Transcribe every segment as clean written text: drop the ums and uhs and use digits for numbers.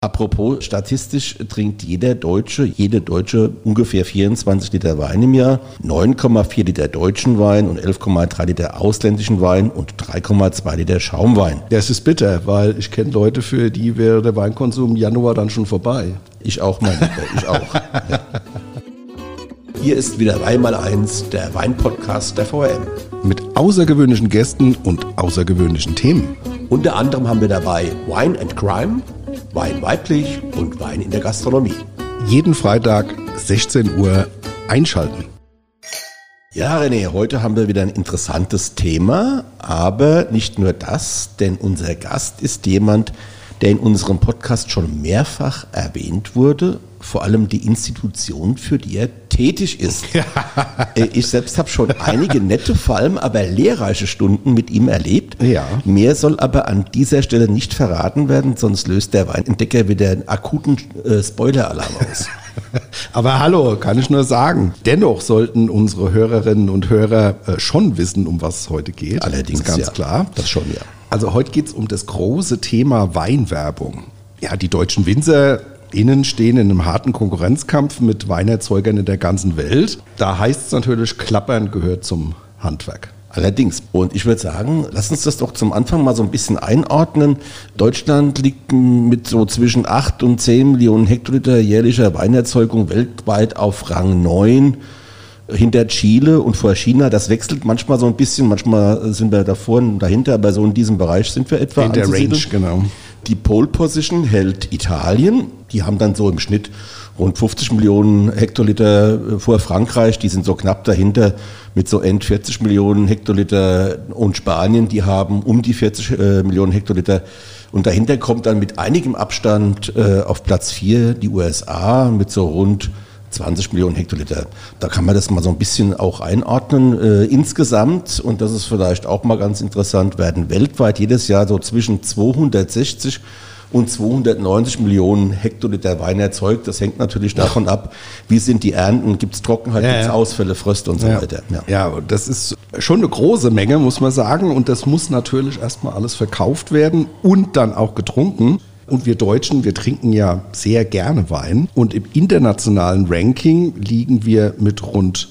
Apropos, statistisch trinkt jede Deutsche ungefähr 24 Liter Wein im Jahr, 9,4 Liter deutschen Wein und 11,3 Liter ausländischen Wein und 3,2 Liter Schaumwein. Das ist bitter, weil ich kenne Leute, für die wäre der Weinkonsum im Januar dann schon vorbei. Ich auch, mein Lieber, ich auch. Ja. Hier ist wieder Weinmal1, der Weinpodcast der VRM. Mit außergewöhnlichen Gästen und außergewöhnlichen Themen. Unter anderem haben wir dabei Wine and Crime, Wein weiblich und Wein in der Gastronomie. Jeden Freitag 16 Uhr einschalten. Ja, René, heute haben wir wieder ein interessantes Thema, aber nicht nur das, denn unser Gast ist jemand, der in unserem Podcast schon mehrfach erwähnt wurde, vor allem die Institution, für die er tätig ist. Ich selbst habe schon einige nette, vor allem aber lehrreiche Stunden mit ihm erlebt. Ja. Mehr soll aber an dieser Stelle nicht verraten werden, sonst löst der Weinentdecker wieder einen akuten Spoiler-Alarm aus. Aber hallo, kann ich nur sagen. Dennoch sollten unsere Hörerinnen und Hörer schon wissen, um was es heute geht. Allerdings, das ist ganz klar. Das schon, ja. Also heute geht es um das große Thema Weinwerbung. Ja, die deutschen WinzerInnen stehen in einem harten Konkurrenzkampf mit Weinerzeugern in der ganzen Welt. Da heißt es natürlich, Klappern gehört zum Handwerk. Allerdings. Und ich würde sagen, lass uns das doch zum Anfang mal so ein bisschen einordnen. Deutschland liegt mit so zwischen 8 und 10 Millionen Hektoliter jährlicher Weinerzeugung weltweit auf Rang 9. Hinter Chile und vor China, das wechselt manchmal so ein bisschen, manchmal sind wir davor und dahinter, aber so in diesem Bereich sind wir etwa in der Range, genau. Die Pole Position hält Italien, die haben dann so im Schnitt rund 50 Millionen Hektoliter vor Frankreich, die sind so knapp dahinter mit so 40 Millionen Hektoliter, und Spanien, die haben um die 40 Millionen Hektoliter. Und dahinter kommt dann mit einigem Abstand auf Platz 4 die USA mit so rund 20 Millionen Hektoliter. Da kann man das mal so ein bisschen auch einordnen. Insgesamt, und das ist vielleicht auch mal ganz interessant, werden weltweit jedes Jahr so zwischen 260 und 290 Millionen Hektoliter Wein erzeugt. Das hängt natürlich davon ab, wie sind die Ernten, gibt es Trockenheit, gibt es Ausfälle, Fröste und so weiter. Ja, das ist schon eine große Menge, muss man sagen. Und das muss natürlich erstmal alles verkauft werden und dann auch getrunken. Und wir Deutschen, wir trinken ja sehr gerne Wein. Und im internationalen Ranking liegen wir mit rund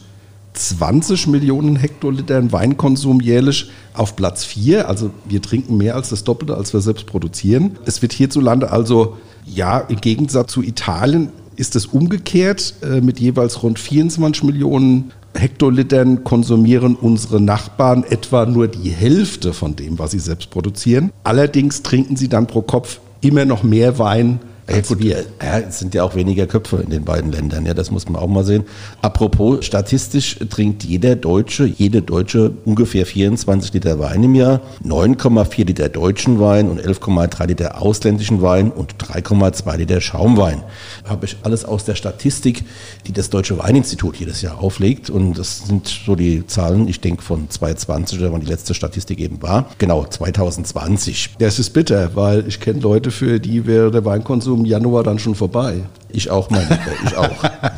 20 Millionen Hektolitern Weinkonsum jährlich auf Platz 4. Also wir trinken mehr als das Doppelte, als wir selbst produzieren. Es wird hierzulande also, ja, im Gegensatz zu Italien ist es umgekehrt. Mit jeweils rund 24 Millionen Hektolitern konsumieren unsere Nachbarn etwa nur die Hälfte von dem, was sie selbst produzieren. Allerdings trinken sie dann pro Kopf immer noch mehr Wein als wir. Ja, es sind ja auch weniger Köpfe in den beiden Ländern, ja, das muss man auch mal sehen. Apropos, statistisch trinkt jede Deutsche ungefähr 24 Liter Wein im Jahr, 9,4 Liter deutschen Wein und 11,3 Liter ausländischen Wein und 3,2 Liter Schaumwein. Habe ich alles aus der Statistik, die das Deutsche Weininstitut jedes Jahr auflegt, und das sind so die Zahlen, ich denke von 2020, oder wann die letzte Statistik eben war. Genau, 2020. Das ist bitter, weil ich kenne Leute, für die wäre der Weinkonsum im Januar dann schon vorbei. Ich auch, mein Lieber, ich auch.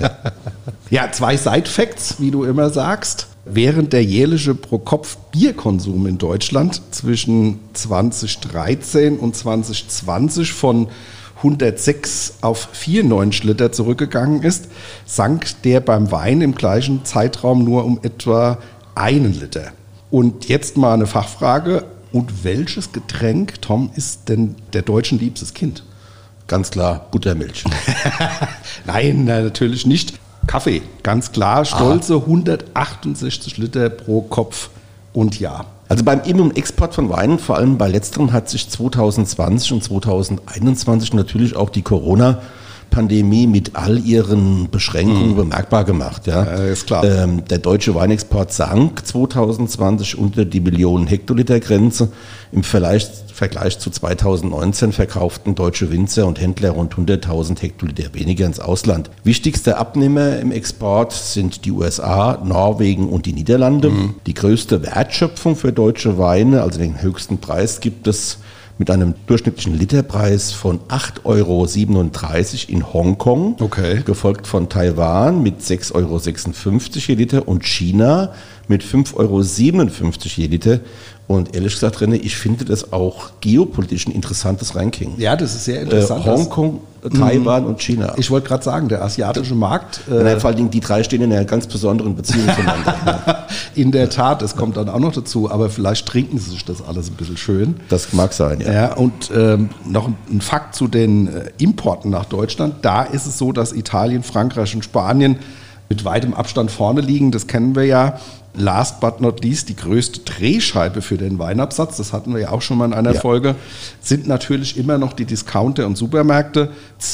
Ja, 2 Side-Facts, wie du immer sagst. Während der jährliche Pro-Kopf-Bierkonsum in Deutschland zwischen 2013 und 2020 von 106 auf 94 Liter zurückgegangen ist, sank der beim Wein im gleichen Zeitraum nur um etwa 1 Liter. Und jetzt mal eine Fachfrage. Und welches Getränk, Tom, ist denn der Deutschen liebstes Kind? Ganz klar, Buttermilch. Nein, natürlich nicht. Kaffee, ganz klar, stolze 168 Liter pro Kopf und Jahr. Also beim In- und Export von Weinen, vor allem bei letzterem, hat sich 2020 und 2021 natürlich auch die Corona-Pandemie mit all ihren Beschränkungen bemerkbar gemacht. Ja, ist klar. Der deutsche Weinexport sank 2020 unter die Millionen-Hektoliter-Grenze. Im Vergleich zu 2019 verkauften deutsche Winzer und Händler rund 100.000 Hektoliter weniger ins Ausland. Wichtigste Abnehmer im Export sind die USA, Norwegen und die Niederlande. Die größte Wertschöpfung für deutsche Weine, also den höchsten Preis, gibt es mit einem durchschnittlichen Literpreis von 8,37 € in Hongkong, okay, gefolgt von Taiwan mit 6,56 € je Liter und China mit 5,57 € je Liter. Und ehrlich gesagt, René, ich finde das auch geopolitisch ein interessantes Ranking. Ja, das ist sehr interessant. Hongkong, Taiwan und China. Ich wollte gerade sagen, der asiatische Markt. Nein, vor allen Dingen die drei stehen in einer ganz besonderen Beziehung zueinander. In der Tat, es kommt dann auch noch dazu, aber vielleicht trinken sie sich das alles ein bisschen schön. Das mag sein, ja. Ja, und noch ein Fakt zu den Importen nach Deutschland. Da ist es so, dass Italien, Frankreich und Spanien mit weitem Abstand vorne liegen. Das kennen wir ja. Last but not least, die größte Drehscheibe für den Weinabsatz, das hatten wir ja auch schon mal in einer Folge, sind natürlich immer noch die Discounter und Supermärkte.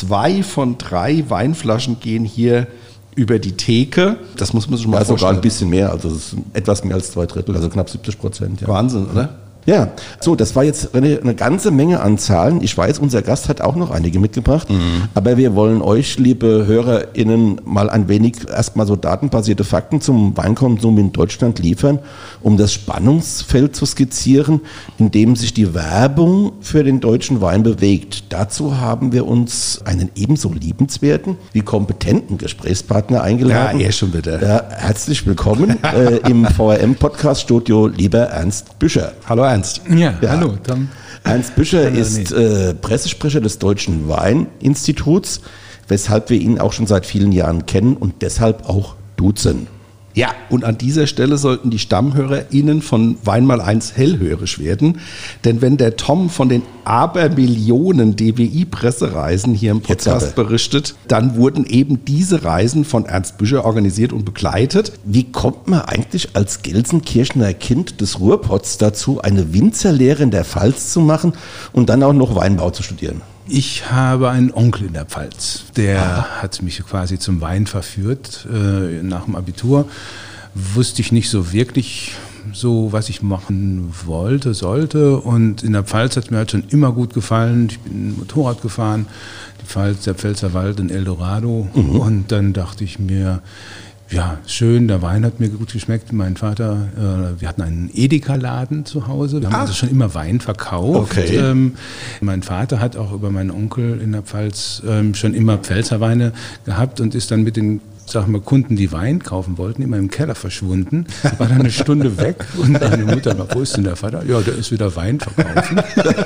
2 von 3 Weinflaschen gehen hier über die Theke. Das muss man sich mal vorstellen. Sogar ein bisschen mehr, also es ist etwas mehr als 2/3, also knapp 70%. Ja. Wahnsinn, oder? Ja, so, das war jetzt eine ganze Menge an Zahlen. Ich weiß, unser Gast hat auch noch einige mitgebracht, aber wir wollen euch, liebe HörerInnen, mal ein wenig erstmal so datenbasierte Fakten zum Weinkonsum in Deutschland liefern, um das Spannungsfeld zu skizzieren, in dem sich die Werbung für den deutschen Wein bewegt. Dazu haben wir uns einen ebenso liebenswerten wie kompetenten Gesprächspartner eingeladen. Ja, er schon wieder. Ja, herzlich willkommen im VRM-Podcast-Studio, lieber Ernst Büscher. Hallo Ernst. Ja, hallo Tom. Ernst Büscher ist Pressesprecher des Deutschen Weininstituts, weshalb wir ihn auch schon seit vielen Jahren kennen und deshalb auch duzen. Ja, und an dieser Stelle sollten die StammhörerInnen von Wein mal eins hellhörig werden. Denn wenn der Tom von den Abermillionen DWI-Pressereisen hier im Podcast berichtet, dann wurden eben diese Reisen von Ernst Büscher organisiert und begleitet. Wie kommt man eigentlich als Gelsenkirchener Kind des Ruhrpots dazu, eine Winzerlehre in der Pfalz zu machen und dann auch noch Weinbau zu studieren? Ich habe einen Onkel in der Pfalz, der hat mich quasi zum Wein verführt. Nach dem Abitur wusste ich nicht so wirklich so, was ich machen sollte. Und in der Pfalz hat es mir halt schon immer gut gefallen. Ich bin Motorrad gefahren, die Pfalz, der Pfälzerwald in Eldorado. Und dann dachte ich mir, ja, schön, der Wein hat mir gut geschmeckt. Mein Vater, wir hatten einen Edeka-Laden zu Hause. Wir haben also schon immer Wein verkauft. Okay. Mein Vater hat auch über meinen Onkel in der Pfalz schon immer Pfälzerweine gehabt und ist dann mit den Kunden, die Wein kaufen wollten, immer im Keller verschwunden, war dann eine Stunde weg und meine Mutter, wo ist denn der Vater? Ja, der ist wieder Wein verkaufen.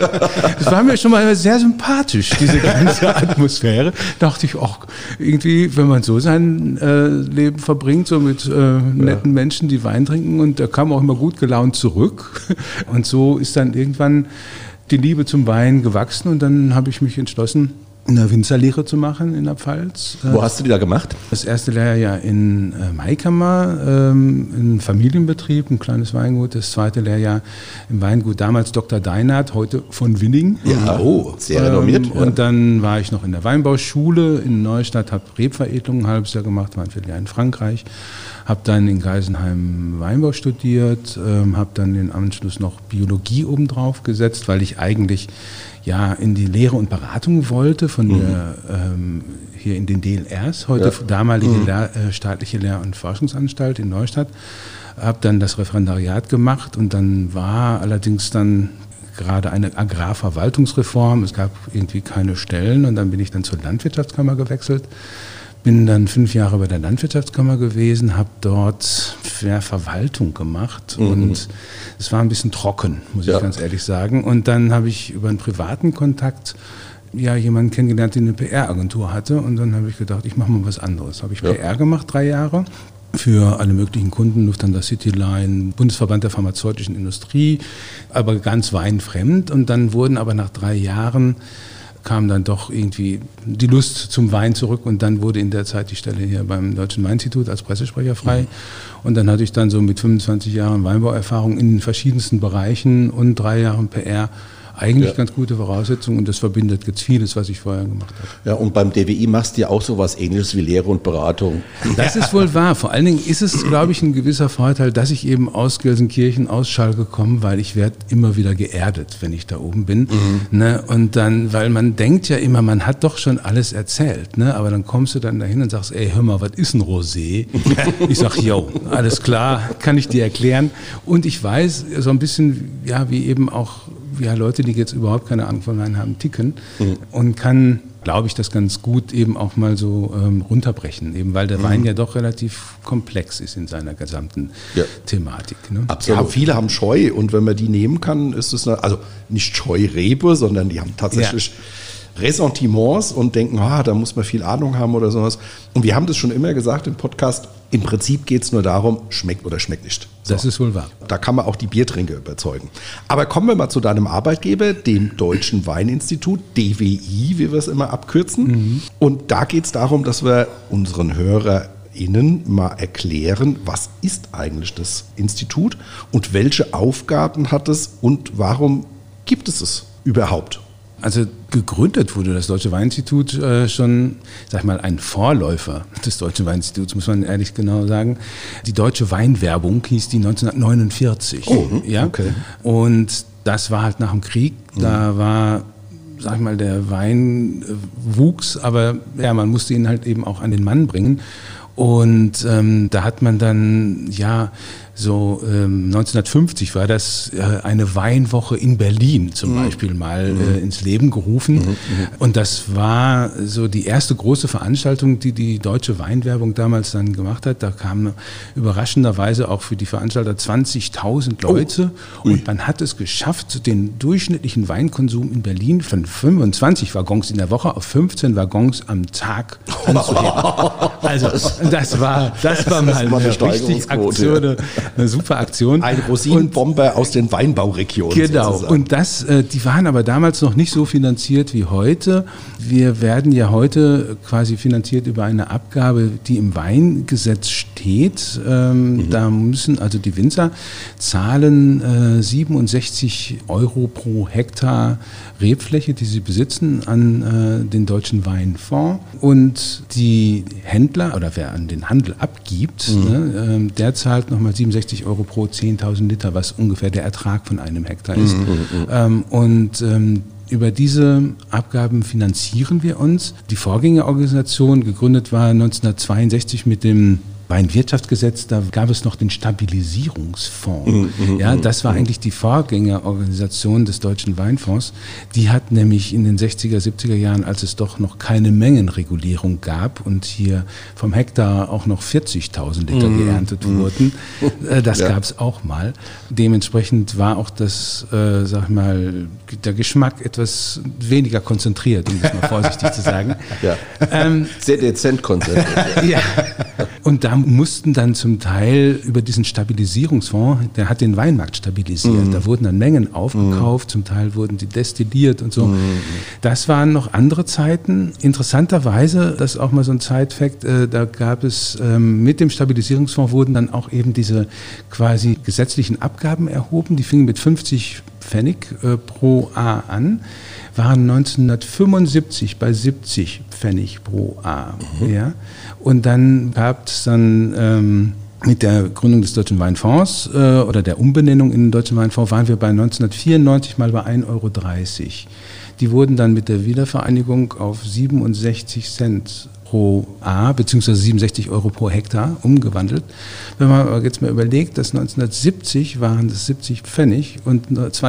Das war mir schon mal sehr sympathisch, diese ganze Atmosphäre. Dachte ich, auch irgendwie, wenn man so sein Leben verbringt, so mit netten Menschen, die Wein trinken, und der kam auch immer gut gelaunt zurück. Und so ist dann irgendwann die Liebe zum Wein gewachsen und dann habe ich mich entschlossen, eine Winzerlehre zu machen in der Pfalz. Wo hast du die da gemacht? Das erste Lehrjahr in Maikammer, ein Familienbetrieb, ein kleines Weingut. Das zweite Lehrjahr im Weingut, damals Dr. Deinert, heute von Winning. Ja, sehr renommiert. Und dann war ich noch in der Weinbauschule in Neustadt, habe Rebveredelung ein halbes Jahr gemacht, war ein Vierteljahr in Frankreich. Habe dann in Geisenheim Weinbau studiert, habe dann den Anschluss noch Biologie obendrauf gesetzt, weil ich eigentlich in die Lehre und Beratung wollte von der, hier in den DLRs, heute damalige staatliche Lehr- und Forschungsanstalt in Neustadt. Habe dann das Referendariat gemacht und dann war allerdings dann gerade eine Agrarverwaltungsreform. Es gab irgendwie keine Stellen und dann bin ich dann zur Landwirtschaftskammer gewechselt. Bin dann 5 Jahre bei der Landwirtschaftskammer gewesen, habe dort Verwaltung gemacht und es war ein bisschen trocken, muss ich ganz ehrlich sagen. Und dann habe ich über einen privaten Kontakt jemanden kennengelernt, der eine PR-Agentur hatte und dann habe ich gedacht, ich mache mal was anderes. Habe ich PR gemacht, 3 Jahre. Für alle möglichen Kunden, Lufthansa Cityline, Bundesverband der pharmazeutischen Industrie, aber ganz weinfremd. Und dann wurden aber nach 3 Jahren kam dann doch irgendwie die Lust zum Wein zurück und dann wurde in der Zeit die Stelle hier beim Deutschen Weininstitut als Pressesprecher frei. Und dann hatte ich dann so mit 25 Jahren Weinbauerfahrung in den verschiedensten Bereichen und 3 Jahren PR eigentlich ganz gute Voraussetzungen und das verbindet jetzt vieles, was ich vorher gemacht habe. Ja, und beim DWI machst du ja auch sowas Ähnliches wie Lehre und Beratung. Das ist wohl wahr. Vor allen Dingen ist es, glaube ich, ein gewisser Vorteil, dass ich eben aus Gelsenkirchen, aus Schalke komme, weil ich werde immer wieder geerdet, wenn ich da oben bin. Ne? Und dann, weil man denkt ja immer, man hat doch schon alles erzählt, ne? Aber dann kommst du dann dahin und sagst, ey, hör mal, was ist ein Rosé? Ich sag, jo, alles klar, kann ich dir erklären. Und ich weiß so ein bisschen, wie eben auch Leute, die jetzt überhaupt keine Ahnung von Wein haben, ticken und kann glaube ich, das ganz gut eben auch mal so runterbrechen, eben weil der Wein ja doch relativ komplex ist in seiner gesamten Thematik. Ne? Absolut. Ja, viele haben Scheu und wenn man die nehmen kann, ist es also nicht Scheurebe, sondern die haben tatsächlich Ressentiments und denken, da muss man viel Ahnung haben oder sowas. Und wir haben das schon immer gesagt im Podcast, im Prinzip geht es nur darum, schmeckt oder schmeckt nicht. So. Das ist wohl wahr. Da kann man auch die Biertrinker überzeugen. Aber kommen wir mal zu deinem Arbeitgeber, dem Deutschen Weininstitut, DWI, wie wir es immer abkürzen. Und da geht es darum, dass wir unseren HörerInnen mal erklären, was ist eigentlich das Institut und welche Aufgaben hat es und warum gibt es überhaupt? Also gegründet wurde das Deutsche Weininstitut schon, sag ich mal, ein Vorläufer des Deutschen Weininstituts, muss man ehrlich genau sagen. Die Deutsche Weinwerbung hieß die 1949. Okay. Und das war halt nach dem Krieg, da war, sag ich mal, der Wein wuchs, aber man musste ihn halt eben auch an den Mann bringen. Und da hat man dann, 1950 war das eine Weinwoche in Berlin zum Beispiel mal ins Leben gerufen. Und das war so die erste große Veranstaltung, die die deutsche Weinwerbung damals dann gemacht hat. Da kamen überraschenderweise auch für die Veranstalter 20.000 Leute. Und man hat es geschafft, den durchschnittlichen Weinkonsum in Berlin von 25 Waggons in der Woche auf 15 Waggons am Tag anzuheben. Also das war mal eine richtig Aktion, eine super Aktion. Ein Rosinenbomber aus den Weinbauregionen. Genau. Sozusagen. Und die waren aber damals noch nicht so finanziert wie heute. Wir werden ja heute quasi finanziert über eine Abgabe, die im Weingesetz steht. Da müssen also die Winzer zahlen 67 € pro Hektar Rebfläche, die sie besitzen, an den Deutschen Weinfonds. Und die Händler oder wer an den Handel abgibt, der zahlt nochmal 67 € pro 10.000 Liter, was ungefähr der Ertrag von einem Hektar ist. Über diese Abgaben finanzieren wir uns. Die Vorgängerorganisation, gegründet war 1962 mit dem Weinwirtschaftsgesetz, da gab es noch den Stabilisierungsfonds. Das war eigentlich die Vorgängerorganisation des Deutschen Weinfonds. Die hat nämlich in den 60er, 70er Jahren, als es doch noch keine Mengenregulierung gab und hier vom Hektar auch noch 40.000 Liter geerntet wurden, das gab es auch mal. Dementsprechend war auch das, der Geschmack etwas weniger konzentriert, um es mal vorsichtig zu sagen. Sehr dezent konzentriert. Und da mussten dann zum Teil über diesen Stabilisierungsfonds, der hat den Weinmarkt stabilisiert. Da wurden dann Mengen aufgekauft, zum Teil wurden die destilliert und so. Das waren noch andere Zeiten. Interessanterweise, das ist auch mal so ein Side-Fact, da gab es mit dem Stabilisierungsfonds wurden dann auch eben diese quasi gesetzlichen Abgaben erhoben. Die fingen mit 50 Pfennig pro A an, waren 1975 bei 70 Pfennig pro A. Und dann gab es dann mit der Gründung des Deutschen Weinfonds oder der Umbenennung in den Deutschen Weinfonds waren wir bei 1994 mal bei 1,30 €. Die wurden dann mit der Wiedervereinigung auf 67 Cent pro A, beziehungsweise 67 € pro Hektar umgewandelt. Wenn man aber jetzt mal überlegt, dass 1970 waren das 70 Pfennig und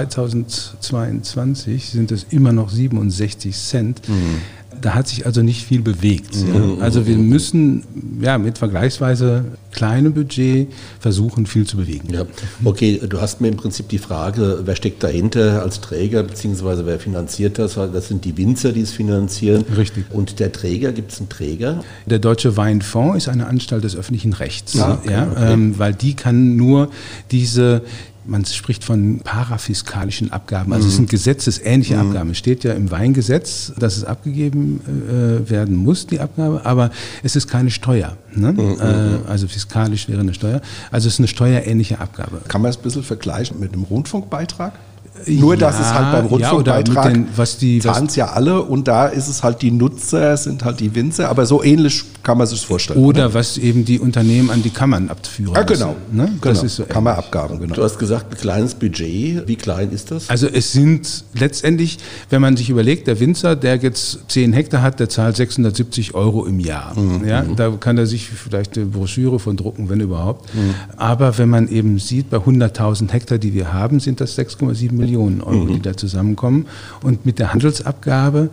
2022 sind es immer noch 67 Cent. Da hat sich also nicht viel bewegt. Also wir müssen mit vergleichsweise kleinem Budget versuchen, viel zu bewegen. Okay, du hast mir im Prinzip die Frage, wer steckt dahinter als Träger, beziehungsweise wer finanziert das? Das sind die Winzer, die es finanzieren. Richtig. Und der Träger, gibt es einen Träger? Der Deutsche Weinfonds ist eine Anstalt des öffentlichen Rechts, Okay. Weil die kann nur man spricht von parafiskalischen Abgaben, also es sind gesetzesähnliche Abgaben. Es steht ja im Weingesetz, dass es abgegeben werden muss, die Abgabe, aber es ist keine Steuer. Also fiskalisch wäre eine Steuer. Also es ist eine steuerähnliche Abgabe. Kann man es ein bisschen vergleichen mit einem Rundfunkbeitrag? Nur, dass es halt beim Rundfunkbeitrag zahlen es ja alle und da ist es halt die Nutzer, sind halt die Winzer, aber so ähnlich kann man sich das vorstellen. Oder was eben die Unternehmen an die Kammern abführen. Genau. Ne? Das Genau. ist so Kammerabgaben, genau. Du hast gesagt, ein kleines Budget. Wie klein ist das? Also es sind letztendlich, wenn man sich überlegt, der Winzer, der jetzt 10 Hektar hat, der zahlt 670 € im Jahr. Da kann er sich vielleicht eine Broschüre von drucken, wenn überhaupt. Aber wenn man eben sieht, bei 100.000 Hektar, die wir haben, sind das 6,7 Millionen Euro, die da zusammenkommen. Und mit der Handelsabgabe,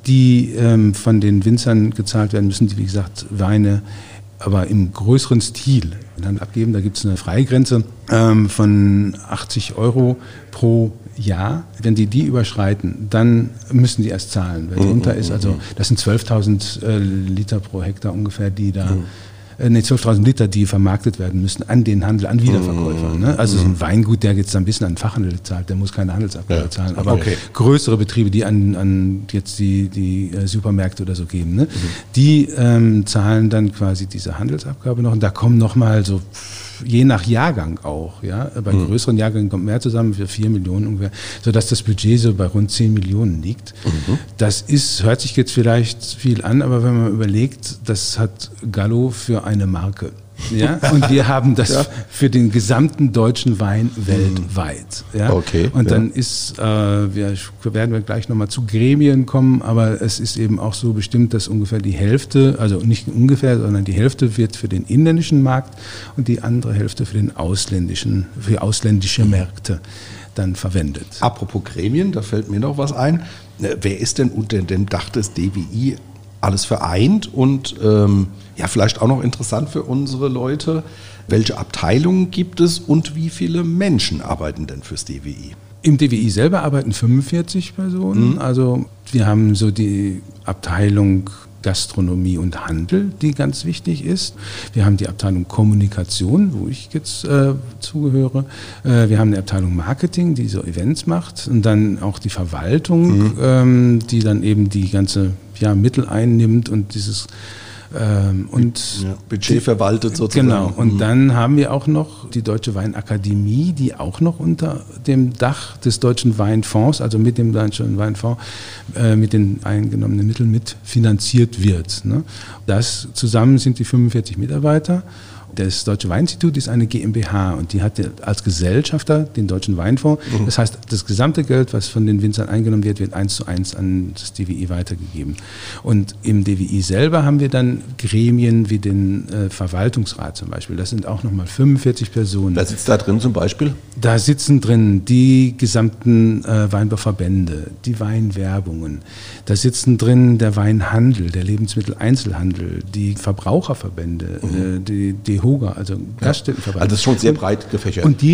die von den Winzern gezahlt werden müssen, die, wie gesagt, Weine aber im größeren Stil dann abgeben. Da gibt es eine Freigrenze von 80 € pro Jahr. Wenn die überschreiten, dann müssen die erst zahlen. Wer drunter ist, also das sind 12.000 Liter pro Hektar ungefähr, die da 12.000 Liter, die vermarktet werden müssen an den Handel, an Wiederverkäufer. Ne? Also so ein Weingut, der jetzt ein bisschen an den Fachhandel zahlt, der muss keine Handelsabgabe zahlen. Aber größere Betriebe, die an jetzt die Supermärkte oder so geben, ne? Die zahlen dann quasi diese Handelsabgabe noch. Und da kommen nochmal so, je nach Jahrgang auch, ja, bei größeren Jahrgängen kommt mehr zusammen, für 4 Millionen ungefähr, sodass das Budget so bei rund 10 Millionen liegt. Das hört sich jetzt vielleicht viel an, aber wenn man überlegt, das hat Gallo für eine Marke. Ja, und wir haben das für den gesamten deutschen Wein weltweit. Ja? Okay, und dann werden wir gleich nochmal zu Gremien kommen, aber es ist eben auch so bestimmt, dass ungefähr die Hälfte, also nicht ungefähr, sondern die Hälfte wird für den inländischen Markt und die andere Hälfte für ausländische Märkte dann verwendet. Apropos Gremien, da fällt mir noch was ein. Wer ist denn unter dem Dach des DWI alles vereint und vielleicht auch noch interessant für unsere Leute, welche Abteilungen gibt es und wie viele Menschen arbeiten denn fürs DWI? Im DWI selber arbeiten 45 Personen. Also wir haben so die Abteilung Gastronomie und Handel, die ganz wichtig ist. Wir haben die Abteilung Kommunikation, wo ich jetzt zugehöre. Wir haben eine Abteilung Marketing, die so Events macht. Und dann auch die Verwaltung, die dann eben die ganze Mittel einnimmt und dieses Budget verwaltet sozusagen. Genau, und dann haben wir auch noch die Deutsche Weinakademie, die auch noch unter dem Dach des Deutschen Weinfonds, also mit dem Deutschen Weinfonds, mit den eingenommenen Mitteln mitfinanziert wird. Ne? Das zusammen sind die 45 Mitarbeiter. Das Deutsche Weininstitut ist eine GmbH und die hat als Gesellschafter den Deutschen Weinfonds. Das heißt, das gesamte Geld, was von den Winzern eingenommen wird, wird 1:1 an das DWI weitergegeben. Und im DWI selber haben wir dann Gremien wie den Verwaltungsrat zum Beispiel. Das sind auch nochmal 45 Personen. Wer sitzt da drin zum Beispiel? Da sitzen drin die gesamten Weinbauverbände, die Weinwerbungen. Da sitzen drin der Weinhandel, der Lebensmitteleinzelhandel, die Verbraucherverbände, die HOGA, also Gaststättenverband. Also das ist schon sehr breit gefächert. Und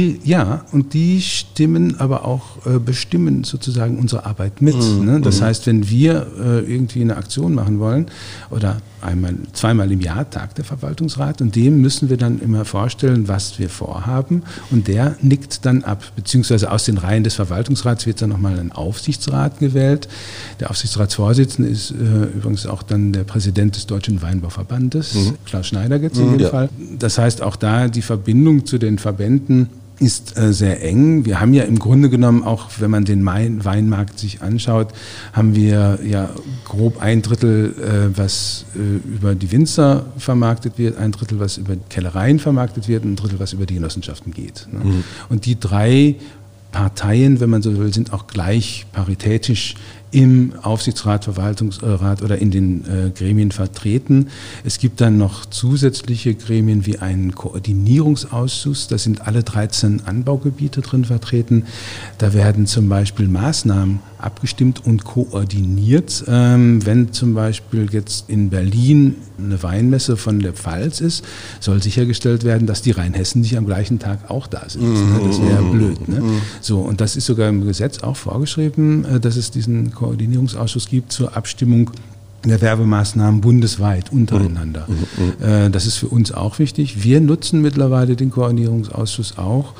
die stimmen aber auch, bestimmen sozusagen unsere Arbeit mit. Ne? Das heißt, wenn wir irgendwie eine Aktion machen wollen oder zweimal im Jahr tagt der Verwaltungsrat und dem müssen wir dann immer vorstellen, was wir vorhaben und der nickt dann ab, beziehungsweise aus den Reihen des Verwaltungsrats wird dann nochmal ein Aufsichtsrat gewählt. Der Aufsichtsratsvorsitzende ist übrigens auch dann der Präsident des Deutschen Weinbauverbandes, Klaus Schneider jetzt in dem Fall. Das heißt, auch da die Verbindung zu den Verbänden ist sehr eng. Wir haben ja im Grunde genommen auch, wenn man den Weinmarkt sich anschaut, haben wir ja grob 1/3, was über die Winzer vermarktet wird, 1/3, was über Kellereien vermarktet wird und 1/3, was über die Genossenschaften geht. Ne? Und die 3 Parteien, wenn man so will, sind auch gleich paritätisch im Aufsichtsrat, Verwaltungsrat oder in den Gremien vertreten. Es gibt dann noch zusätzliche Gremien wie einen Koordinierungsausschuss. Da sind alle 13 Anbaugebiete drin vertreten. Da werden zum Beispiel Maßnahmen abgestimmt und koordiniert. Wenn zum Beispiel jetzt in Berlin eine Weinmesse von der Pfalz ist, soll sichergestellt werden, dass die Rheinhessen nicht am gleichen Tag auch da sind. Das wäre blöd. Ne? So, und das ist sogar im Gesetz auch vorgeschrieben, dass es diesen Koordinierungsausschuss gibt zur Abstimmung der Werbemaßnahmen bundesweit untereinander. Das ist für uns auch wichtig. Wir nutzen mittlerweile den Koordinierungsausschuss auch,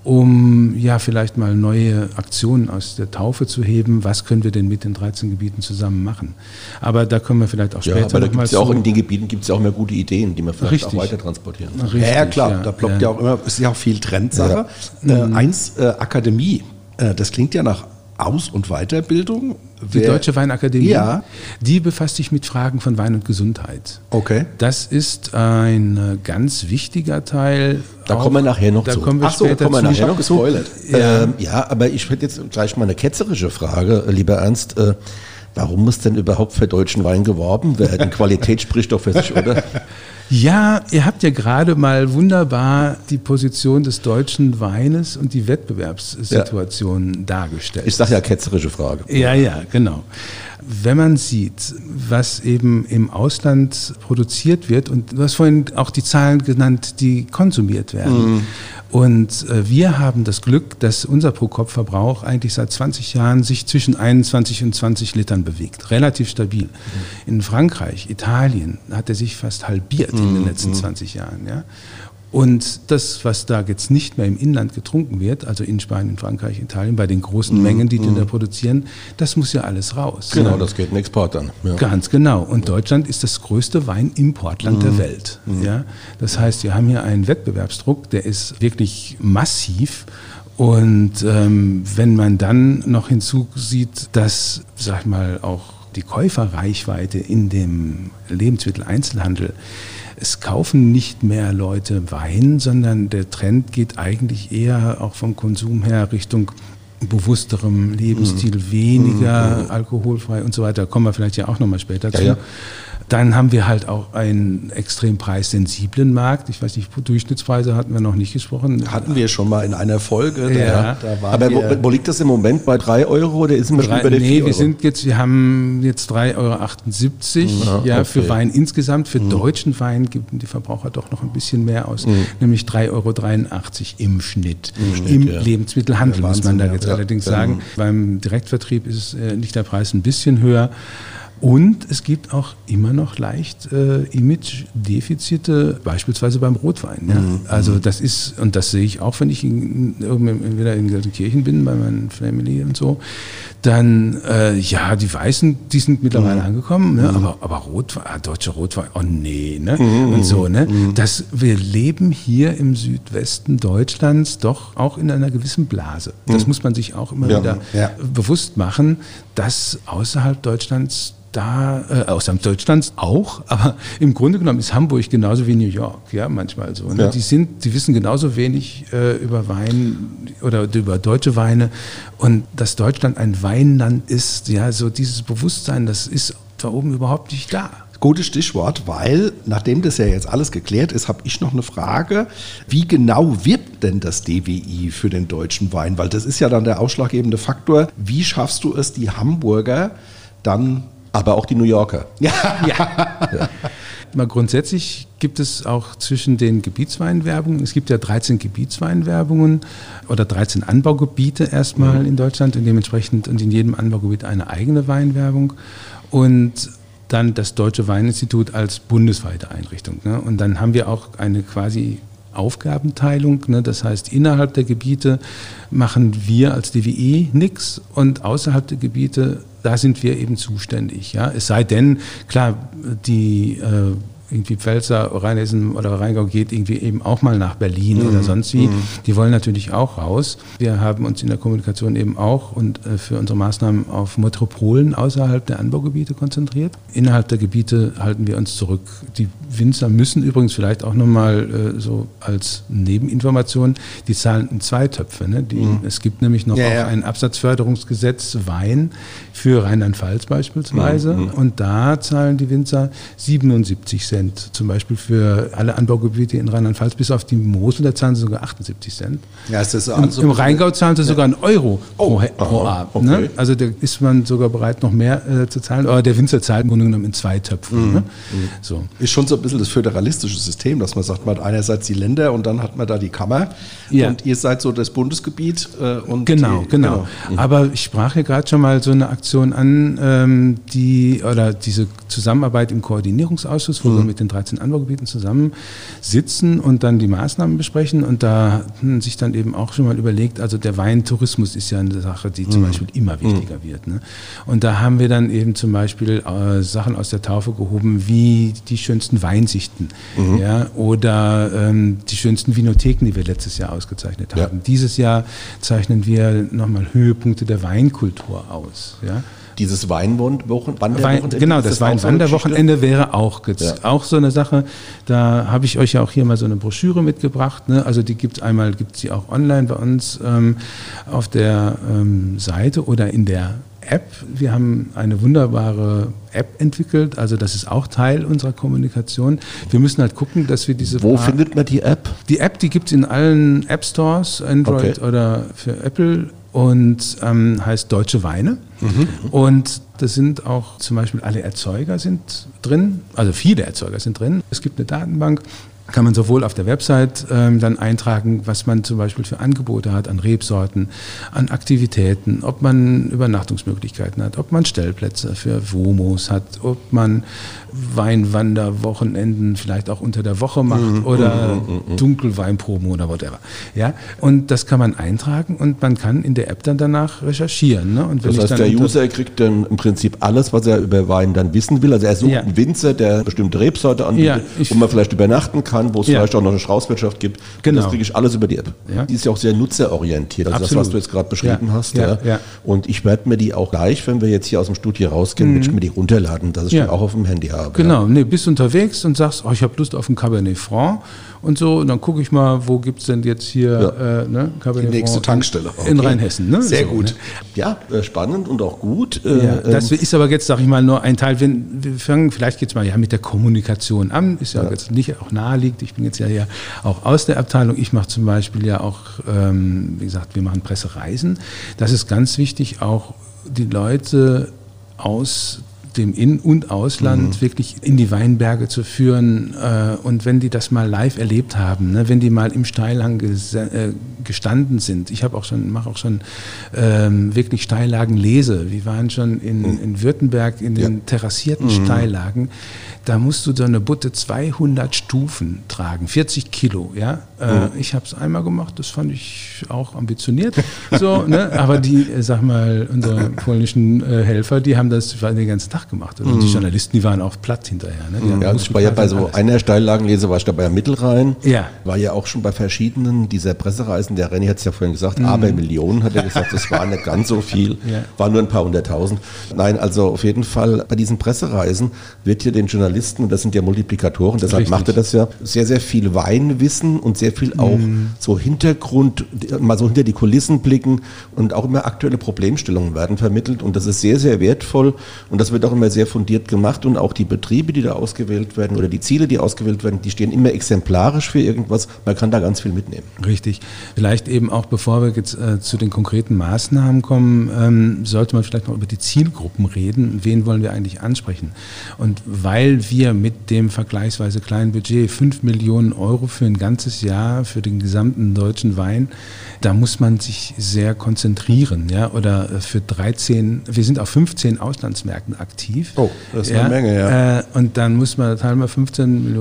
um vielleicht mal neue Aktionen aus der Taufe zu heben. Was können wir denn mit den 13 Gebieten zusammen machen? Aber da können wir vielleicht auch später noch mal zu. Auch in den Gebieten gibt es ja auch mehr gute Ideen, die man vielleicht auch weiter transportieren kann. Richtig, ja, klar, da ploppt ja auch immer, ist ja auch viel Trendsache. Akademie, das klingt ja nach Aus- und Weiterbildung. Die Deutsche Weinakademie, die befasst sich mit Fragen von Wein und Gesundheit. Okay. Das ist ein ganz wichtiger Teil. Da kommen wir nachher noch zu. Kommen wir später kommen wir nachher noch gespoilert. Aber ich hätte jetzt gleich mal eine ketzerische Frage, lieber Ernst. Warum muss denn überhaupt für deutschen Wein geworben werden? Qualität spricht doch für sich, oder? Ja, ihr habt ja gerade mal wunderbar die Position des deutschen Weines und die Wettbewerbssituation dargestellt. Ich sage ja ketzerische Frage. Ja, genau. Wenn man sieht, was eben im Ausland produziert wird, und du hast vorhin auch die Zahlen genannt, die konsumiert werden. Und wir haben das Glück, dass unser Pro-Kopf-Verbrauch eigentlich seit 20 Jahren sich zwischen 21 und 20 Litern bewegt. Relativ stabil. In Frankreich, Italien hat er sich fast halbiert in den letzten 20 Jahren. Ja? Und das, was da jetzt nicht mehr im Inland getrunken wird, also in Spanien, Frankreich, Italien, bei den großen Mengen, die da produzieren, das muss ja alles raus. Genau, ja. das geht in Export dann. Ja. Ganz genau. Und Deutschland ist das größte Weinimportland der Welt. Ja? Das heißt, wir haben hier einen Wettbewerbsdruck, der ist wirklich massiv. Und wenn man dann noch hinzusieht, dass, sag ich mal, auch die Käuferreichweite in dem Lebensmitteleinzelhandel, es kaufen nicht mehr Leute Wein, sondern der Trend geht eigentlich eher auch vom Konsum her Richtung bewussterem Lebensstil, weniger alkoholfrei und so weiter. Da kommen wir vielleicht ja auch nochmal später zu. Ja. Dann haben wir halt auch einen extrem preissensiblen Markt. Ich weiß nicht, Durchschnittspreise hatten wir noch nicht gesprochen. Hatten wir schon mal in einer Folge. Ja. Aber wo liegt das im Moment? Bei 3 Euro oder ist es schon über den 4 Euro? Wir haben jetzt 3,78 Euro für Wein insgesamt. Für deutschen Wein geben die Verbraucher doch noch ein bisschen mehr aus, nämlich 3,83 Euro im Schnitt. Im Lebensmittelhandel, muss man da jetzt allerdings sagen. Beim Direktvertrieb ist nicht der Preis ein bisschen höher. Und es gibt auch immer noch leicht Image-Defizite, beispielsweise beim Rotwein. Ja? Also das ist, und das sehe ich auch, wenn ich entweder in Gelsenkirchen bin, bei meiner Family und so, dann, die Weißen, die sind mittlerweile angekommen, ne? aber Rotwein, deutscher Rotwein, oh nee, ne? Und so, ne? Wir leben hier im Südwesten Deutschlands doch auch in einer gewissen Blase. Das muss man sich auch immer wieder bewusst machen, dass außerhalb Deutschlands außerhalb Deutschlands auch, aber im Grunde genommen ist Hamburg genauso wie New York, ja, manchmal so. Ne? Die wissen genauso wenig über Wein oder über deutsche Weine, und dass Deutschland ein Weinland ist, ja, so dieses Bewusstsein, das ist da oben überhaupt nicht da. Gutes Stichwort, weil nachdem das ja jetzt alles geklärt ist, habe ich noch eine Frage. Wie genau wirbt denn das DWI für den deutschen Wein? Weil das ist ja dann der ausschlaggebende Faktor. Wie schaffst du es, die Hamburger dann... Aber auch die New Yorker. Ja. Mal grundsätzlich gibt es auch zwischen den Gebietsweinwerbungen, es gibt ja 13 Gebietsweinwerbungen oder 13 Anbaugebiete erstmal in Deutschland und dementsprechend und in jedem Anbaugebiet eine eigene Weinwerbung. Und dann das Deutsche Weininstitut als bundesweite Einrichtung. Ne? Und dann haben wir auch eine quasi Aufgabenteilung. Ne? Das heißt, innerhalb der Gebiete machen wir als DWI nichts und außerhalb der Gebiete, da sind wir eben zuständig. Ja? Es sei denn, klar, die irgendwie Pfälzer, Rheinhessen oder Rheingau geht irgendwie eben auch mal nach Berlin oder sonst wie. Die wollen natürlich auch raus. Wir haben uns in der Kommunikation eben auch und für unsere Maßnahmen auf Metropolen außerhalb der Anbaugebiete konzentriert. Innerhalb der Gebiete halten wir uns zurück. Die Winzer müssen übrigens vielleicht auch nochmal so als Nebeninformation, die zahlen in 2 Töpfe. Ne? Es gibt nämlich noch auch ein Absatzförderungsgesetz Wein für Rheinland-Pfalz beispielsweise und da zahlen die Winzer 77 Cent. Zum Beispiel für alle Anbaugebiete in Rheinland-Pfalz bis auf die Mosel, da zahlen sie sogar 78 Cent. Ja, es ist also Im Rheingau zahlen sie sogar 1 Euro pro A. Okay. Ne? Also da ist man sogar bereit, noch mehr zu zahlen. Aber der Winzer zahlt im Grunde genommen in 2 Töpfen. Ne? So. Ist schon so ein bisschen das föderalistische System, dass man sagt, man hat einerseits die Länder und dann hat man da die Kammer und ihr seid so das Bundesgebiet. Und genau. Aber ich sprach ja gerade schon mal so eine Aktion an, diese Zusammenarbeit im Koordinierungsausschuss, wo wir mit den 13 Anbaugebieten zusammen sitzen und dann die Maßnahmen besprechen und da sich dann eben auch schon mal überlegt, also der Weintourismus ist ja eine Sache, die zum Beispiel immer wichtiger wird. Ne? Und da haben wir dann eben zum Beispiel Sachen aus der Taufe gehoben, wie die schönsten Weinsichten oder die schönsten Vinotheken, die wir letztes Jahr ausgezeichnet haben. Ja. Dieses Jahr zeichnen wir nochmal Höhepunkte der Weinkultur aus. Ja? Dieses Weinwanderwochenende. Genau, das Weinwanderwochenende wäre auch so eine Sache. Da habe ich euch ja auch hier mal so eine Broschüre mitgebracht. Ne? Also die gibt sie auch online bei uns auf der Seite oder in der App. Wir haben eine wunderbare App entwickelt, also das ist auch Teil unserer Kommunikation. Wir müssen halt gucken, dass wir diese... Wo findet man die App? Die App, die gibt es in allen App Stores, Android oder für Apple und heißt Deutsche Weine. Und da sind auch zum Beispiel alle Erzeuger sind drin, also viele Erzeuger sind drin. Es gibt eine Datenbank, kann man sowohl auf der Website dann eintragen, was man zum Beispiel für Angebote hat an Rebsorten, an Aktivitäten, ob man Übernachtungsmöglichkeiten hat, ob man Stellplätze für WOMOs hat, ob man Weinwanderwochenenden vielleicht auch unter der Woche macht oder Dunkelweinproben oder whatever. Ja? Und das kann man eintragen und man kann in der App dann danach recherchieren. Ne? Und das heißt, der User kriegt dann im Prinzip alles, was er über Wein dann wissen will. Also er sucht einen Winzer, der bestimmte Rebsorte anbietet, wo man vielleicht übernachten kann, wo es vielleicht auch noch eine Straußwirtschaft gibt. Genau. Das kriege ich alles über die App. Ja. Die ist ja auch sehr nutzerorientiert. Also das, was du jetzt gerade beschrieben hast. Ja. Und ich werde mir die auch gleich, wenn wir jetzt hier aus dem Studio rausgehen, werde ich mir die runterladen, dass ich die auch auf dem Handy habe. Genau, bist unterwegs und sagst, ich habe Lust auf ein Cabernet Franc und so. Und dann gucke ich mal, wo gibt es denn jetzt hier Cabernet Franc? Die nächste Tankstelle. In Rheinhessen. Ne? Sehr gut. Ne? Ja, spannend und auch gut. Das ist aber jetzt, sage ich mal, nur ein Teil. Wir fangen, vielleicht geht es mal mit der Kommunikation an. Ist ja jetzt nicht auch naheliegend. Ich bin jetzt ja hier auch aus der Abteilung. Ich mache zum Beispiel ja auch, wie gesagt, wir machen Pressereisen. Das ist ganz wichtig, auch die Leute aus dem In- und Ausland wirklich in die Weinberge zu führen und wenn die das mal live erlebt haben, ne, wenn die mal im Steilhang gestanden sind. Ich mache auch schon wirklich Steillagenlese. Wir waren schon in Württemberg in den terrassierten Steillagen. Da musst du so eine Butte 200 Stufen tragen, 40 Kilo. Ja? Ich habe es einmal gemacht, das fand ich auch ambitioniert. So, ne? Aber unsere polnischen Helfer, die haben das den ganzen Tag gemacht. Und die Journalisten, die waren auch platt hinterher. Ne? Ich war ja bei so einer Steillagenlese, war ich da bei Mittelrhein. Ja. War ja auch schon bei verschiedenen dieser Pressereisen. Der René hat es ja vorhin gesagt, aber Millionen hat er gesagt, das war nicht ganz so viel, war nur ein paar 100.000. Nein, also auf jeden Fall bei diesen Pressereisen wird hier den Journalisten, und das sind ja Multiplikatoren, deshalb macht er das ja, sehr, sehr viel Weinwissen und sehr viel auch so Hintergrund, mal so hinter die Kulissen blicken und auch immer aktuelle Problemstellungen werden vermittelt und das ist sehr, sehr wertvoll und das wird auch immer sehr fundiert gemacht und auch die Betriebe, die da ausgewählt werden oder die Ziele, die ausgewählt werden, die stehen immer exemplarisch für irgendwas, man kann da ganz viel mitnehmen. Richtig. Vielleicht eben auch, bevor wir jetzt zu den konkreten Maßnahmen kommen, sollte man vielleicht noch über die Zielgruppen reden, wen wollen wir eigentlich ansprechen und weil wir mit dem vergleichsweise kleinen Budget 5 Millionen Euro für ein ganzes Jahr für den gesamten deutschen Wein, da muss man sich sehr konzentrieren, ja, oder für 13, wir sind auf 15 Auslandsmärkten aktiv. Oh, das ist eine Menge, ja. Und dann muss man teilen wir 5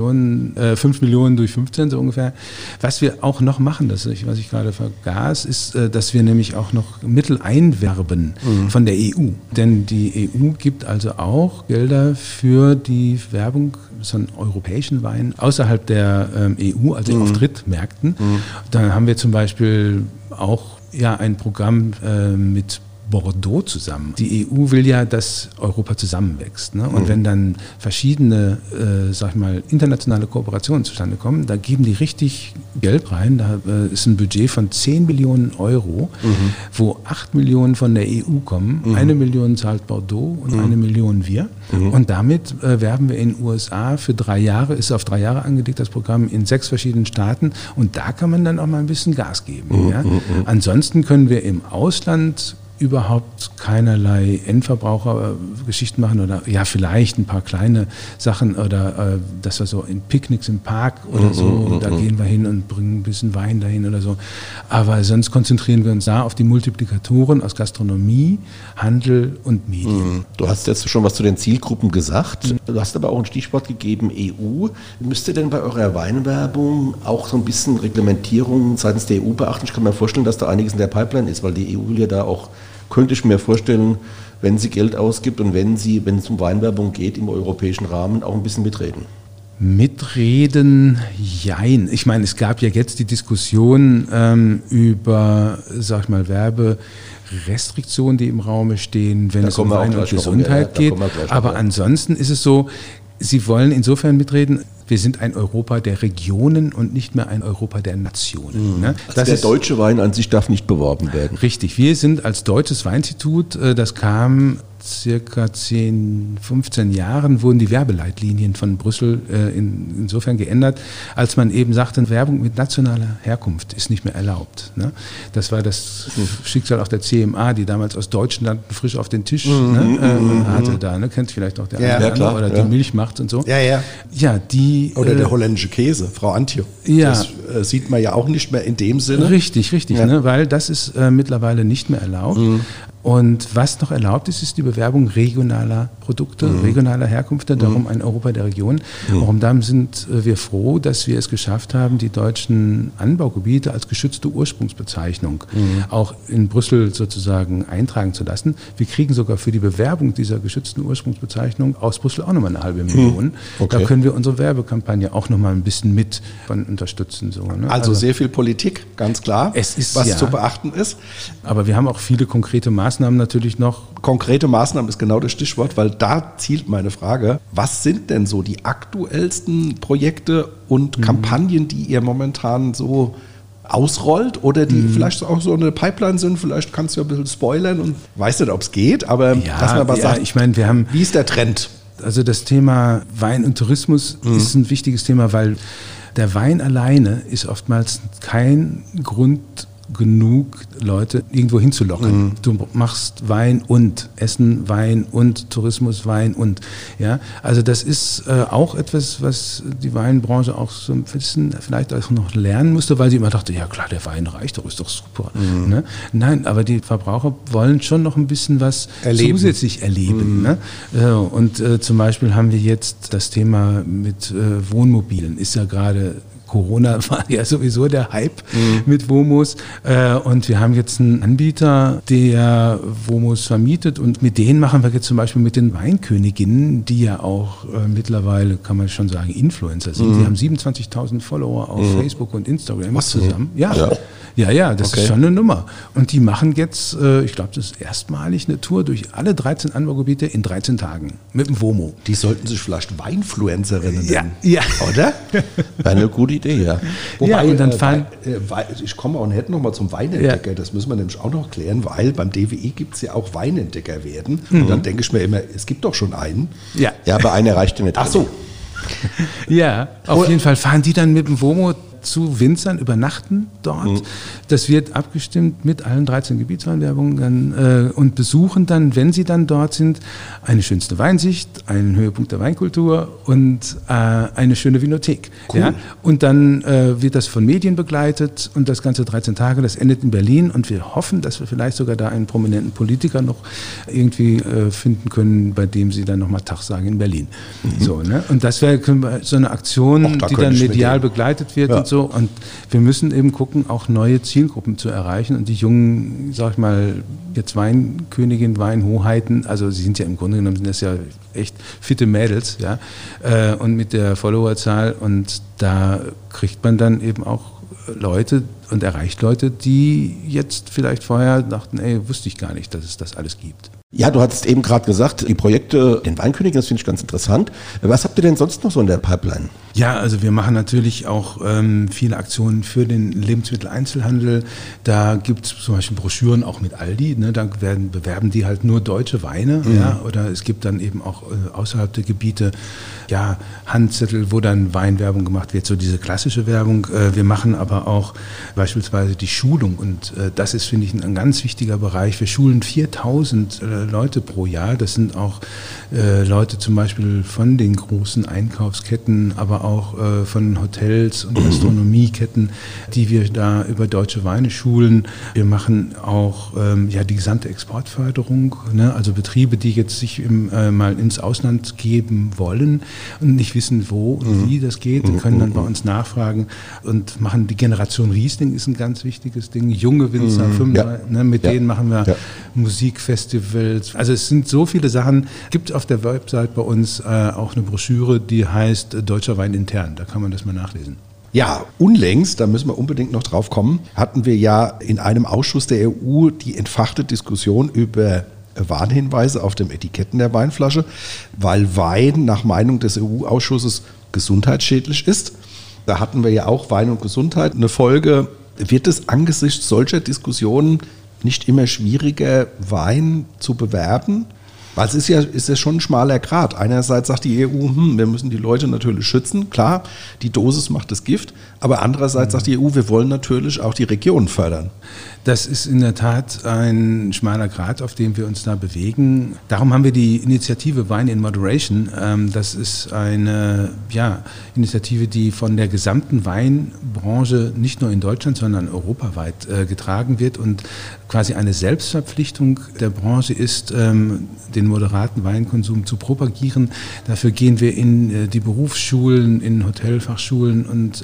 Millionen durch 15 so ungefähr. Was wir auch noch machen, was ich gerade vergaß, ist, dass wir nämlich auch noch Mittel einwerben von der EU. Denn die EU gibt also auch Gelder für die Werbung von europäischen Weinen außerhalb der EU, also auf Drittmärkten. Dann haben wir zum Beispiel auch ein Programm mit Bordeaux zusammen. Die EU will ja, dass Europa zusammenwächst. Ne? Und wenn dann verschiedene, internationale Kooperationen zustande kommen, da geben die richtig Geld rein. Da ist ein Budget von 10 Millionen Euro, wo 8 Millionen von der EU kommen. 1 Million zahlt Bordeaux und 1 Million wir. Und damit werben wir in den USA für 3 Jahre, ist auf 3 Jahre angelegt, das Programm in 6 verschiedenen Staaten. Und da kann man dann auch mal ein bisschen Gas geben. Ja? Ansonsten können wir im Ausland überhaupt keinerlei Endverbrauchergeschichten machen oder vielleicht ein paar kleine Sachen oder dass wir so in Picknicks im Park oder so, da gehen wir hin und bringen ein bisschen Wein dahin oder so. Aber sonst konzentrieren wir uns da auf die Multiplikatoren aus Gastronomie, Handel und Medien. Du hast jetzt schon was zu den Zielgruppen gesagt. Du hast aber auch ein Stichwort gegeben, EU. Müsst ihr denn bei eurer Weinwerbung auch so ein bisschen Reglementierung seitens der EU beachten? Ich kann mir vorstellen, dass da einiges in der Pipeline ist, weil die EU will ja da auch, könnte ich mir vorstellen, wenn sie Geld ausgibt und wenn es um Weinwerbung geht, im europäischen Rahmen auch ein bisschen mitreden. Mitreden, jein. Ich meine, es gab ja jetzt die Diskussion über, Werberestriktionen, die im Raume stehen, wenn es um Wein und Gesundheit geht. Aber ansonsten ist es so, Sie wollen insofern mitreden, Wir sind ein Europa der Regionen und nicht mehr ein Europa der Nationen. Ne? Also der deutsche Wein an sich darf nicht beworben werden. Richtig. Wir sind als Deutsches Weininstitut, das kam circa 10, 15 Jahren wurden die Werbeleitlinien von Brüssel insofern geändert, als man eben sagte, Werbung mit nationaler Herkunft ist nicht mehr erlaubt. Ne? Das war das Schicksal auch der CMA, die damals aus Deutschland frisch auf den Tisch hatte da. Ne? Kennt vielleicht auch der eine klar, oder die Milchmacht und so. Ja. Ja, die oder der holländische Käse, Frau Antje. Ja. Das sieht man ja auch nicht mehr in dem Sinne. Richtig, ja. Ne? Weil das ist mittlerweile nicht mehr erlaubt. Und was noch erlaubt ist, ist die Bewerbung regionaler Produkte, regionaler Herkunft, darum ein Europa der Region. Warum dann sind wir froh, dass wir es geschafft haben, die deutschen Anbaugebiete als geschützte Ursprungsbezeichnung auch in Brüssel sozusagen eintragen zu lassen. Wir kriegen sogar für die Bewerbung dieser geschützten Ursprungsbezeichnung aus Brüssel auch nochmal 1,5 Million. Okay. Da können wir unsere Werbekampagne auch nochmal ein bisschen mit unterstützen. So, ne? Also sehr viel Politik, ganz klar, es ist, was zu beachten ist. Aber wir haben auch viele konkrete Maßnahmen natürlich noch. Konkrete Maßnahmen ist genau das Stichwort, weil da zielt meine Frage. Was sind denn so die aktuellsten Projekte und Kampagnen, die ihr momentan so ausrollt oder die vielleicht auch so eine Pipeline sind? Vielleicht kannst du ja ein bisschen spoilern und weißt nicht, ob es geht, aber dass man was sagt. Ich meine, wie ist der Trend? Also das Thema Wein und Tourismus ist ein wichtiges Thema, weil der Wein alleine ist oftmals kein Grund genug, Leute irgendwo hinzulocken. Du machst Wein und Essen, Wein und Tourismus, Wein und. Ja, also das ist auch etwas, was die Weinbranche auch so ein bisschen vielleicht auch noch lernen musste, weil sie immer dachte, ja klar, der Wein reicht doch, ist doch super. Ne? Nein, aber die Verbraucher wollen schon noch ein bisschen was zusätzlich erleben. Ne? Und zum Beispiel haben wir jetzt das Thema mit Wohnmobilen, ist ja gerade Corona war ja sowieso der Hype mit WOMOS und wir haben jetzt einen Anbieter, der WOMOS vermietet und mit denen machen wir jetzt zum Beispiel mit den Weinköniginnen, die ja auch mittlerweile, kann man schon sagen, Influencer sind. Die haben 27.000 Follower auf Facebook und Instagram zusammen. Ja, das ist schon eine Nummer. Und die machen jetzt, ich glaube, das ist erstmalig eine Tour durch alle 13 Anbaugebiete in 13 Tagen mit dem WOMO. Die sollten sich vielleicht Weinfluencerinnen nennen. Ja. Oder? Wäre eine gute Idee, ja. Wobei, und dann fahren ich komme auch nicht nochmal zum Weinentdecker, das müssen wir nämlich auch noch klären, weil beim DWI gibt es ja auch Weinentdecker werden. Und dann denke ich mir immer, es gibt doch schon einen. Ja, aber einer reicht ja nicht. Ach so. Ja, auf jeden Fall fahren die dann mit dem WOMO zu Winzern, übernachten dort. Das wird abgestimmt mit allen 13 Gebietsweinwerbungen und besuchen dann, wenn sie dann dort sind, eine schönste Weinsicht, einen Höhepunkt der Weinkultur und eine schöne Vinothek. Cool. Ja? Und dann wird das von Medien begleitet und das Ganze 13 Tage, das endet in Berlin und wir hoffen, dass wir vielleicht sogar da einen prominenten Politiker noch irgendwie finden können, bei dem sie dann nochmal Tag sagen in Berlin. So, ne? Und das wäre so eine Aktion, die dann medial begleitet wird und so. Und wir müssen eben gucken, auch neue Zielgruppen zu erreichen und die jungen, sag ich mal, jetzt Weinköniginnen, Weinhoheiten, also sie sind ja im Grunde genommen, sind das ja echt fitte Mädels, ja, und mit der Followerzahl und da kriegt man dann eben auch Leute und erreicht Leute, die jetzt vielleicht vorher dachten, wusste ich gar nicht, dass es das alles gibt. Ja, du hattest eben gerade gesagt, die Projekte, den Weinkönigen, das finde ich ganz interessant. Was habt ihr denn sonst noch so in der Pipeline? Ja, also wir machen natürlich auch viele Aktionen für den Lebensmitteleinzelhandel. Da gibt es zum Beispiel Broschüren auch mit Aldi. Ne? Da bewerben die halt nur deutsche Weine. Ja? Oder es gibt dann eben auch außerhalb der Gebiete Handzettel, wo dann Weinwerbung gemacht wird, so diese klassische Werbung. Wir machen aber auch beispielsweise die Schulung und das ist, finde ich, ein ganz wichtiger Bereich. Wir schulen 4.000 Leute pro Jahr. Das sind auch Leute zum Beispiel von den großen Einkaufsketten, aber auch von Hotels und Gastronomieketten, die wir da über deutsche Weine schulen. Wir machen auch die gesamte Exportförderung, ne? Also Betriebe, die jetzt sich mal ins Ausland geben wollen und nicht wissen, wo und wie das geht, die können dann bei uns nachfragen und machen die Generation Riesling ist ein ganz wichtiges Ding. Junge Winzer, 35, ne? Mit denen machen wir Musikfestivals. Also es sind so viele Sachen. Gibt auf der Website bei uns auch eine Broschüre, die heißt Deutscher Wein intern. Da kann man das mal nachlesen. Ja, unlängst, da müssen wir unbedingt noch drauf kommen, hatten wir ja in einem Ausschuss der EU die entfachte Diskussion über Warnhinweise auf dem Etiketten der Weinflasche, weil Wein nach Meinung des EU-Ausschusses gesundheitsschädlich ist. Da hatten wir ja auch Wein und Gesundheit eine Folge. Wird es angesichts solcher Diskussionen nicht immer schwieriger, Wein zu bewerben? Weil es ist ja schon ein schmaler Grat. Einerseits sagt die EU, wir müssen die Leute natürlich schützen. Klar, die Dosis macht das Gift. Aber andererseits sagt die EU, wir wollen natürlich auch die Regionen fördern. Das ist in der Tat ein schmaler Grat, auf dem wir uns da bewegen. Darum haben wir die Initiative Wine in Moderation. Das ist eine Initiative, die von der gesamten Weinbranche nicht nur in Deutschland, sondern europaweit getragen wird und quasi eine Selbstverpflichtung der Branche ist, den moderaten Weinkonsum zu propagieren. Dafür gehen wir in die Berufsschulen, in Hotelfachschulen und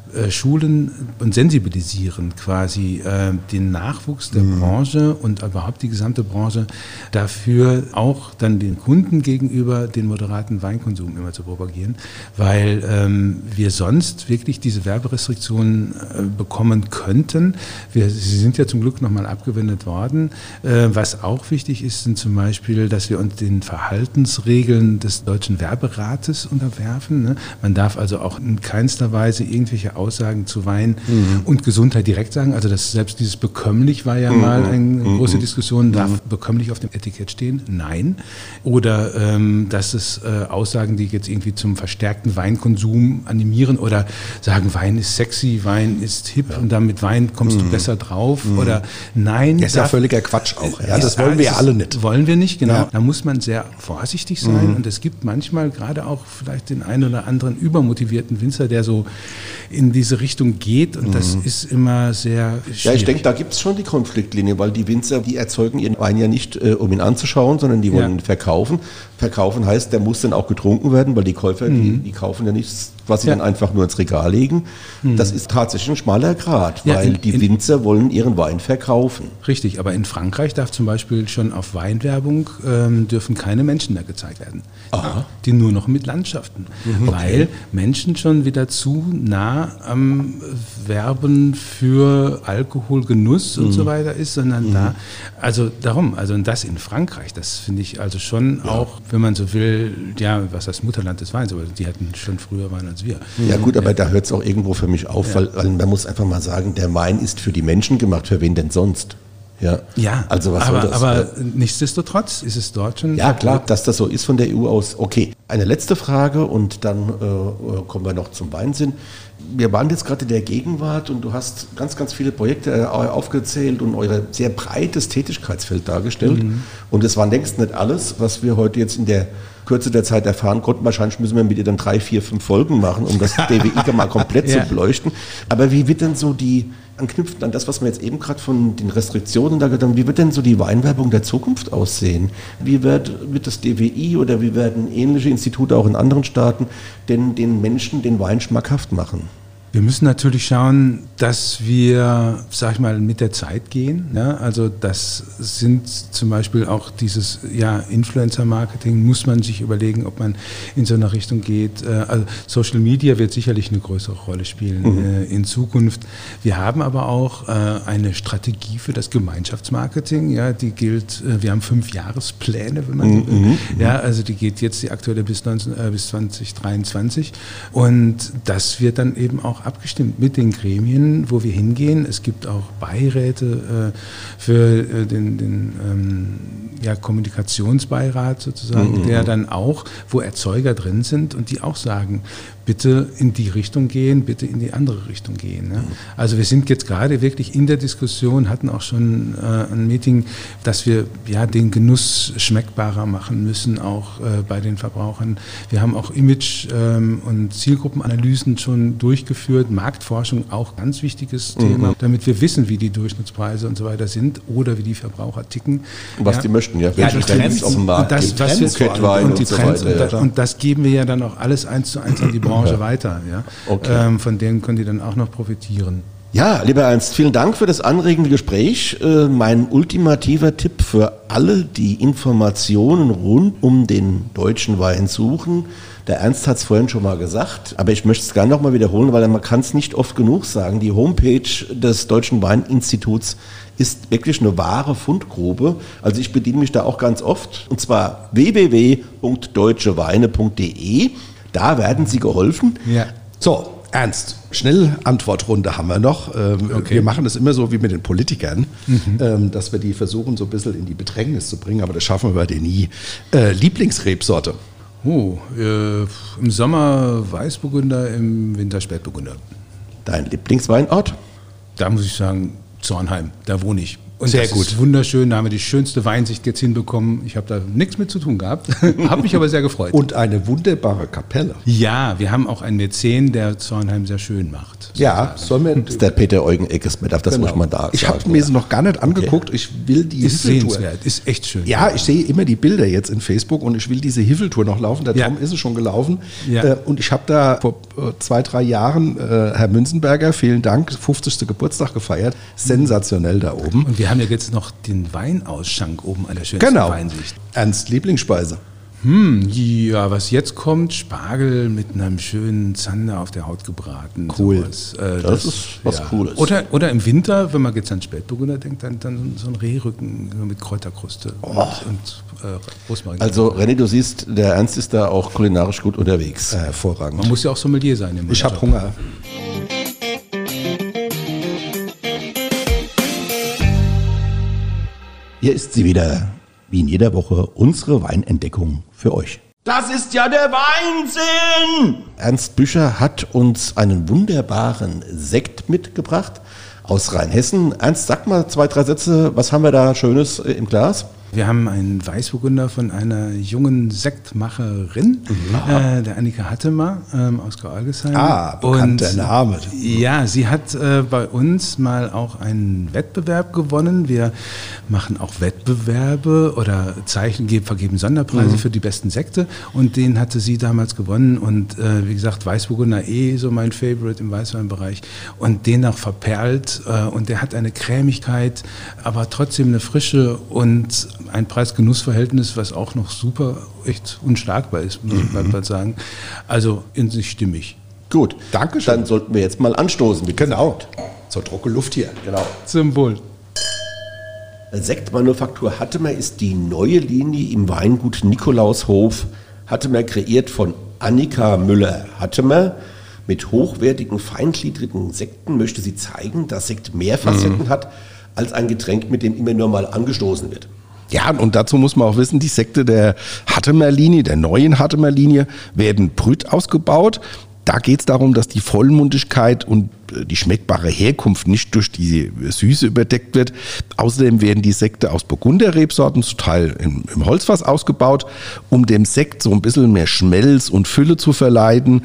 Schulen und sensibilisieren quasi den Nachwuchs der Branche und überhaupt die gesamte Branche dafür, auch dann den Kunden gegenüber den moderaten Weinkonsum immer zu propagieren, weil wir sonst wirklich diese Werberestriktionen bekommen könnten. Sie sind ja zum Glück nochmal abgewendet worden. Was auch wichtig ist, sind zum Beispiel, dass wir uns den Verhaltensregeln des Deutschen Werberates unterwerfen. Ne? Man darf also auch in keinster Weise irgendwelche Aussagen zu Wein und Gesundheit direkt sagen. Also das, selbst dieses bekömmlich war ja mal eine große Diskussion. Darf bekömmlich auf dem Etikett stehen? Nein. Oder dass es Aussagen, die jetzt irgendwie zum verstärkten Weinkonsum animieren oder sagen, Wein ist sexy, Wein ist hip und damit Wein kommst du besser drauf. Oder nein. Das ist ja völliger Quatsch auch. Ja, das wollen wir ja alle nicht. Wollen wir nicht, genau. Ja. Da muss man sehr vorsichtig sein und es gibt manchmal gerade auch vielleicht den einen oder anderen übermotivierten Winzer, der so in diese Richtung geht und das ist immer sehr schwierig. Ja, ich denke, da gibt es schon die Konfliktlinie, weil die Winzer, die erzeugen ihren Wein ja nicht, um ihn anzuschauen, sondern die wollen ihn verkaufen. Verkaufen heißt, der muss dann auch getrunken werden, weil die Käufer, die kaufen ja nichts, was sie dann einfach nur ins Regal legen. Das ist tatsächlich ein schmaler Grat, weil die Winzer wollen ihren Wein verkaufen. Richtig, aber in Frankreich darf zum Beispiel schon auf Weinwerbung dürfen keine Menschen mehr gezeigt werden. Aha. Die nur noch mit Landschaften, weil Menschen schon wieder zu nah am Werben für Alkoholgenuss und so weiter ist, sondern und das in Frankreich, das finde ich also schon auch, wenn man so will, was das Mutterland des Weins, aber die hatten schon früher Wein als wir. Ja gut, aber da hört es auch irgendwo für mich auf, weil man muss einfach mal sagen, der Wein ist für die Menschen gemacht, für wen denn sonst? Ja, also was soll das? Aber nichtsdestotrotz ist es dort schon... Ja, klar, dass das so ist von der EU aus. Okay, eine letzte Frage und dann kommen wir noch zum Weinsinn. Wir waren jetzt gerade in der Gegenwart und du hast ganz, ganz viele Projekte aufgezählt und euer sehr breites Tätigkeitsfeld dargestellt. Und es war längst nicht alles, was wir heute jetzt in der Kürze der Zeit erfahren konnten. Wahrscheinlich müssen wir mit dir dann 3, 4, 5 Folgen machen, um das DWI mal komplett zu beleuchten. Aber wie wird denn so anknüpfend an das, was wir jetzt eben gerade von den Restriktionen da gehört haben, wie wird denn so die Weinwerbung der Zukunft aussehen? Wie wird das DWI oder wie werden ähnliche Institute auch in anderen Staaten denn den Menschen den Wein schmackhaft machen? Wir müssen natürlich schauen, dass wir, sag ich mal, mit der Zeit gehen. Ne? Also das sind zum Beispiel auch dieses Influencer-Marketing, muss man sich überlegen, ob man in so eine Richtung geht. Also Social Media wird sicherlich eine größere Rolle spielen in Zukunft. Wir haben aber auch eine Strategie für das Gemeinschaftsmarketing. Ja, die gilt, wir haben 5 Jahrespläne, wenn man so will. Ja, also die geht jetzt die aktuelle bis 2023 und das wird dann eben auch abgestimmt mit den Gremien, wo wir hingehen. Es gibt auch Beiräte für den Kommunikationsbeirat sozusagen, der dann auch, wo Erzeuger drin sind und die auch sagen, bitte in die Richtung gehen, bitte in die andere Richtung gehen. Ne? Also wir sind jetzt gerade wirklich in der Diskussion, hatten auch schon ein Meeting, dass wir den Genuss schmeckbarer machen müssen, auch bei den Verbrauchern. Wir haben auch Image- und Zielgruppenanalysen schon durchgeführt, Marktforschung auch ganz wichtiges Thema, damit wir wissen, wie die Durchschnittspreise und so weiter sind oder wie die Verbraucher ticken. Was die möchten, welche Trends auf dem Markt gibt, und die Trends. Und das geben wir ja dann auch alles 1:1 an die Branche weiter. Ja? Okay. Von denen können die dann auch noch profitieren. Ja, lieber Ernst, vielen Dank für das anregende Gespräch. Mein ultimativer Tipp für alle, die Informationen rund um den deutschen Wein suchen. Der Ernst hat es vorhin schon mal gesagt, aber ich möchte es gerne noch mal wiederholen, weil man kann es nicht oft genug sagen. Die Homepage des Deutschen Weininstituts ist wirklich eine wahre Fundgrube. Also ich bediene mich da auch ganz oft, und zwar www.deutscheweine.de. Da werden Sie geholfen. Ja. So, Ernst, schnell Antwortrunde haben wir noch. Okay. Wir machen das immer so wie mit den Politikern, dass wir die versuchen, so ein bisschen in die Bedrängnis zu bringen, aber das schaffen wir bei denen nie. Lieblingsrebsorte? Im Sommer Weißburgunder, im Winter Spätburgunder. Dein Lieblingsweinort? Da muss ich sagen, Zornheim, da wohne ich. Und Sehr das gut. ist wunderschön, da haben wir die schönste Weinsicht jetzt hinbekommen. Ich habe da nichts mit zu tun gehabt, habe mich aber sehr gefreut. Und eine wunderbare Kapelle. Ja, wir haben auch einen Mäzen, der Zornheim sehr schön macht. Ja, sollen wir... Das ist der Peter Eugen Eckes, man darf das ruhig mal da Ich habe sagen. mir sie noch gar nicht angeguckt. Ich will die Ist Hiffeltour. sehenswert, ist echt schön. Ja, ich sehe immer die Bilder jetzt in Facebook und ich will diese Hiffeltour noch laufen. Der Ja. Tom ist es schon gelaufen. Ja. Und ich habe da vor 2-3 Jahren Herr Münzenberger, vielen Dank, 50. Geburtstag gefeiert. Sensationell da oben. Und wir haben ja jetzt noch den Weinausschank oben an der schönsten Genau. Weinsicht. Ernst, Lieblingsspeise? Ja, was jetzt kommt, Spargel mit einem schönen Zander auf der Haut gebraten. Cool. Sowas. Das ist was Cooles. Oder im Winter, wenn man jetzt an Spätburgunder denkt, dann so ein Rehrücken mit Kräuterkruste und Rosmarin. Also René, du siehst, der Ernst ist da auch kulinarisch gut unterwegs. Hervorragend. Man muss ja auch Sommelier sein. im Ich habe Job. Hunger. Hier ist sie wieder, wie in jeder Woche, unsere Weinentdeckung für euch. Das ist ja der Weinsinn! Ernst Büscher hat uns einen wunderbaren Sekt mitgebracht aus Rheinhessen. Ernst, sag mal 2, 3 Sätze, was haben wir da Schönes im Glas? Wir haben einen Weißburgunder von einer jungen Sektmacherin, der Annika Hattemer aus Grau-Algesheim. Bekannter Name. Ja, sie hat bei uns mal auch einen Wettbewerb gewonnen. Wir machen auch Wettbewerbe oder vergeben Sonderpreise für die besten Sekte und den hatte sie damals gewonnen und wie gesagt, Weißburgunder so mein Favorite im Weißweinbereich und den auch verperlt und der hat eine Cremigkeit, aber trotzdem eine Frische und ein Preis-Genuss-Verhältnis, was auch noch super echt unschlagbar ist, muss ich mal sagen. Also in sich stimmig. Gut, Dankeschön. Dann sollten wir jetzt mal anstoßen. Mit Genau. Zur trockene Luft hier. Genau. Zum Wohl. Sektmanufaktur Hattemer ist die neue Linie im Weingut Nikolaushof. Hattemer kreiert von Annika Müller-Hattemer. Mit hochwertigen, feingliedrigen Sekten möchte sie zeigen, dass Sekt mehr Facetten hat als ein Getränk, mit dem immer nur mal angestoßen wird. Ja, und dazu muss man auch wissen, die Sekte der Hattemer-Linie, der neuen Hattemer-Linie, werden brüt ausgebaut. Da geht es darum, dass die Vollmundigkeit und die schmeckbare Herkunft nicht durch die Süße überdeckt wird. Außerdem werden die Sekte aus Burgunderrebsorten zum Teil im Holzfass ausgebaut, um dem Sekt so ein bisschen mehr Schmelz und Fülle zu verleihen.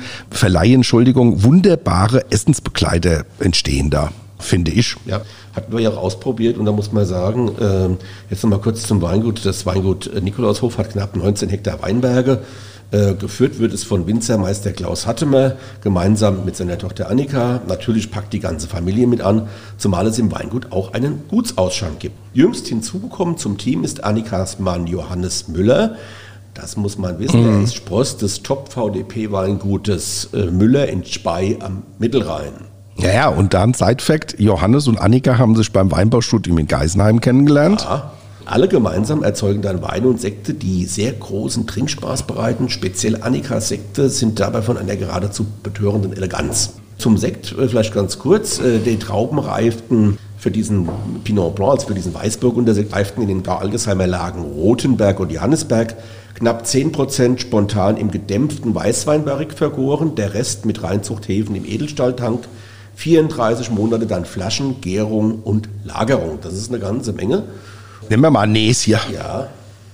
Wunderbare Essensbegleiter entstehen da, finde ich. Ja, hatten wir ja auch ausprobiert und da muss man sagen, jetzt nochmal kurz zum Weingut. Das Weingut Nikolaushof hat knapp 19 Hektar Weinberge. Geführt wird es von Winzermeister Klaus Hattemer, gemeinsam mit seiner Tochter Annika. Natürlich packt die ganze Familie mit an, zumal es im Weingut auch einen Gutsausschank gibt. Jüngst hinzugekommen zum Team ist Annikas Mann Johannes Müller. Das muss man wissen, er ist Spross des Top-VDP-Weingutes Müller in Spey am Mittelrhein. Ja, und dann Side-Fact, Johannes und Annika haben sich beim Weinbaustudium in Geisenheim kennengelernt. Ja, alle gemeinsam erzeugen dann Weine und Sekte, die sehr großen Trinkspaß bereiten. Speziell Annikas Sekte sind dabei von einer geradezu betörenden Eleganz. Zum Sekt vielleicht ganz kurz. Die Trauben reiften für diesen Pinot Blanc, also für diesen Weißburgunder Sekt, reiften in den Grau-Algesheimer Lagen Rothenberg und Johannisberg. Knapp 10% spontan im gedämpften Weißweinbarrik vergoren, der Rest mit Reinzuchthäfen im Edelstahltank. 34 Monate dann Flaschen, Gärung und Lagerung. Das ist eine ganze Menge. Nehmen wir mal ein Näs hier. Ja,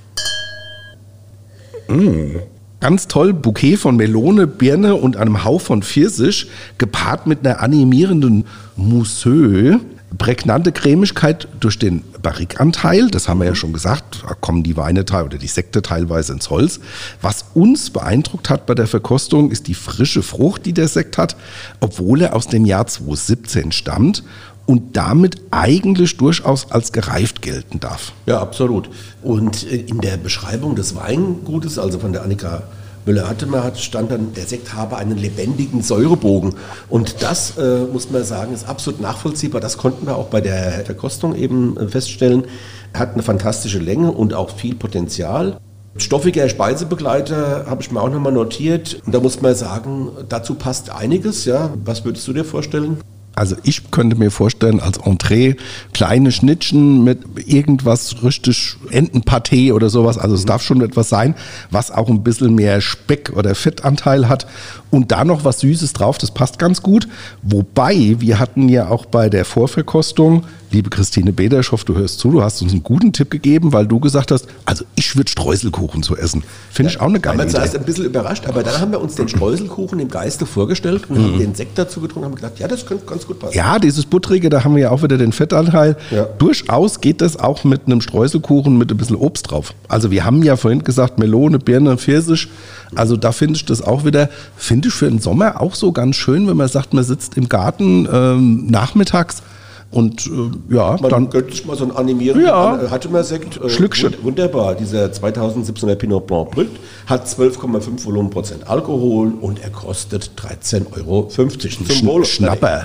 Ganz toll, Bouquet von Melone, Birne und einem Hauch von Pfirsich, gepaart mit einer animierenden Mousseux. Prägnante Cremigkeit durch den Barrique-Anteil, das haben wir ja schon gesagt, da kommen die Weine oder die Sekte teilweise ins Holz. Was uns beeindruckt hat bei der Verkostung, ist die frische Frucht, die der Sekt hat, obwohl er aus dem Jahr 2017 stammt und damit eigentlich durchaus als gereift gelten darf. ja, absolut. Und in der Beschreibung des Weingutes, also von der Annika Müller-Hattemer, stand dann, der Sekt habe einen lebendigen Säurebogen. Und das, muss man sagen, ist absolut nachvollziehbar. Das konnten wir auch bei der Verkostung eben feststellen. Er hat eine fantastische Länge und auch viel Potenzial. Stoffiger Speisebegleiter habe ich mir auch nochmal notiert. Und da muss man sagen, dazu passt einiges. Ja. Was würdest du dir vorstellen? Also ich könnte mir vorstellen, als Entree kleine Schnittchen mit irgendwas richtig Entenpaté oder sowas. Also es darf schon etwas sein, was auch ein bisschen mehr Speck oder Fettanteil hat. Und da noch was Süßes drauf, das passt ganz gut. Wobei, wir hatten ja auch bei der Vorverkostung, liebe Christine Beder, ich hoffe, du hörst zu, du hast uns einen guten Tipp gegeben, weil du gesagt hast, also ich würde Streuselkuchen so essen. Finde ich auch eine geile Idee. Wir waren zuerst ein bisschen überrascht, aber dann haben wir uns den Streuselkuchen im Geiste vorgestellt und haben den Sekt dazu getrunken und haben gedacht, ja, das könnte ganz gut passen. Ja, dieses Buttrige, da haben wir ja auch wieder den Fettanteil. Ja. Durchaus geht das auch mit einem Streuselkuchen mit ein bisschen Obst drauf. Also wir haben ja vorhin gesagt, Melone, Birne, Pfirsich. Also da finde ich das auch wieder, finde ich für den Sommer auch so ganz schön, wenn man sagt, man sitzt im Garten nachmittags und ja, man dann könnte sich mal so ein animieren. Ja. Hatte man Sekt. Schlückchen. Wunderbar. Dieser 2700er Pinot Blanc Brut hat 12,5 Volumenprozent Alkohol und er kostet 13,50 Euro. Zum Wohl. Schnapper.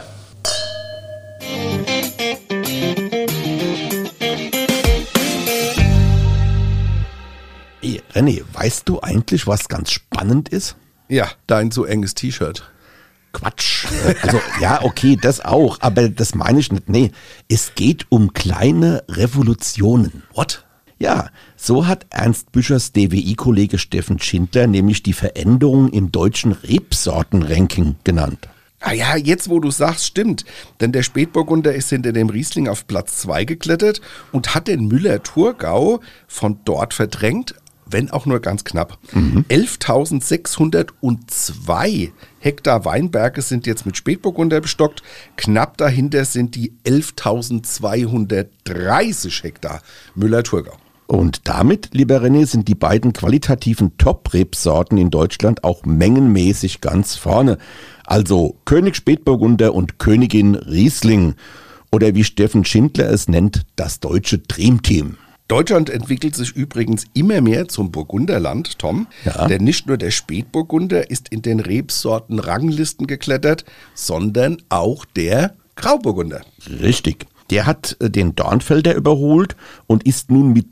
Hey, René, weißt du eigentlich, was ganz spannend ist? Ja, dein so enges T-Shirt. Quatsch. Also ja, okay, das auch, aber das meine ich nicht. Nee, es geht um kleine Revolutionen. What? Ja, so hat Ernst Büschers DWI-Kollege Steffen Schindler nämlich die Veränderung im deutschen Rebsortenranking genannt. Ah ja, jetzt wo du sagst, stimmt. Denn der Spätburgunder ist hinter dem Riesling auf Platz 2 geklettert und hat den Müller-Thurgau von dort verdrängt, wenn auch nur ganz knapp. 11.602 Hektar Weinberge sind jetzt mit Spätburgunder bestockt. Knapp dahinter sind die 11.230 Hektar Müller-Thurgau. Und damit, lieber René, sind die beiden qualitativen Top-Rebsorten in Deutschland auch mengenmäßig ganz vorne. Also König Spätburgunder und Königin Riesling. Oder wie Steffen Schindler es nennt, das deutsche Dreamteam. Deutschland entwickelt sich übrigens immer mehr zum Burgunderland, Tom. Ja. Denn nicht nur der Spätburgunder ist in den Rebsorten-Ranglisten geklettert, sondern auch der Grauburgunder. Richtig. Der hat den Dornfelder überholt und ist nun mit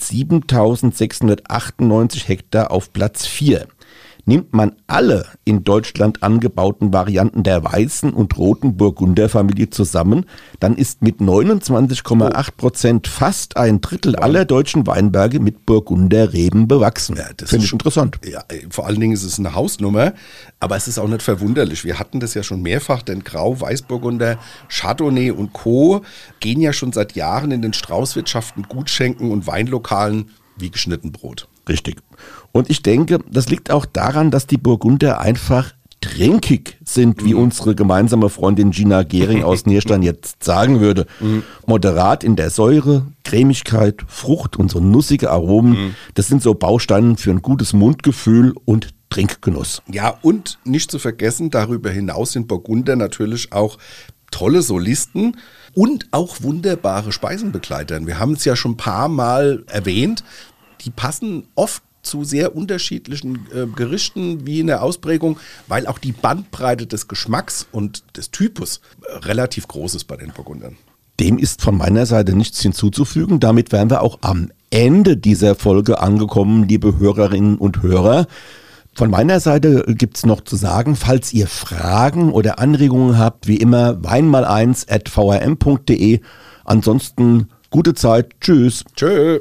7.698 Hektar auf Platz 4. Nimmt man alle in Deutschland angebauten Varianten der weißen und roten Burgunderfamilie zusammen, dann ist mit 29,8% fast ein Drittel aller deutschen Weinberge mit Burgunderreben bewachsen. Ja, das finde ich interessant. Ja, vor allen Dingen ist es eine Hausnummer, aber es ist auch nicht verwunderlich. Wir hatten das ja schon mehrfach, denn Grau, Weißburgunder, Chardonnay und Co. gehen ja schon seit Jahren in den Straußwirtschaften, Gutschenken und Weinlokalen wie geschnitten Brot. Richtig. Und ich denke, das liegt auch daran, dass die Burgunder einfach trinkig sind, wie unsere gemeinsame Freundin Gina Gehring aus Nierstein jetzt sagen würde. Moderat in der Säure, Cremigkeit, Frucht und so nussige Aromen. Das sind so Bausteine für ein gutes Mundgefühl und Trinkgenuss. Ja, und nicht zu vergessen, darüber hinaus sind Burgunder natürlich auch tolle Solisten und auch wunderbare Speisenbegleiter. Wir haben es ja schon ein paar Mal erwähnt. Die passen oft zu sehr unterschiedlichen Gerichten wie in der Ausprägung, weil auch die Bandbreite des Geschmacks und des Typus relativ groß ist bei den Burgundern. Dem ist von meiner Seite nichts hinzuzufügen. Damit wären wir auch am Ende dieser Folge angekommen, liebe Hörerinnen und Hörer. Von meiner Seite gibt's noch zu sagen, falls ihr Fragen oder Anregungen habt, wie immer weinmal1@vrm.de. Ansonsten gute Zeit. Tschüss. Tschö.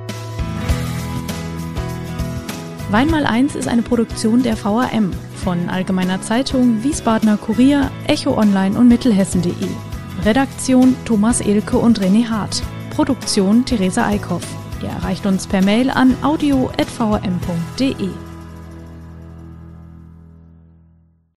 Weinmal1 ist eine Produktion der VRM von Allgemeiner Zeitung, Wiesbadener Kurier, Echo Online und Mittelhessen.de. Redaktion Thomas Elke und René Hart. Produktion Theresa Eickhoff. Ihr erreicht uns per Mail an audio@vrm.de.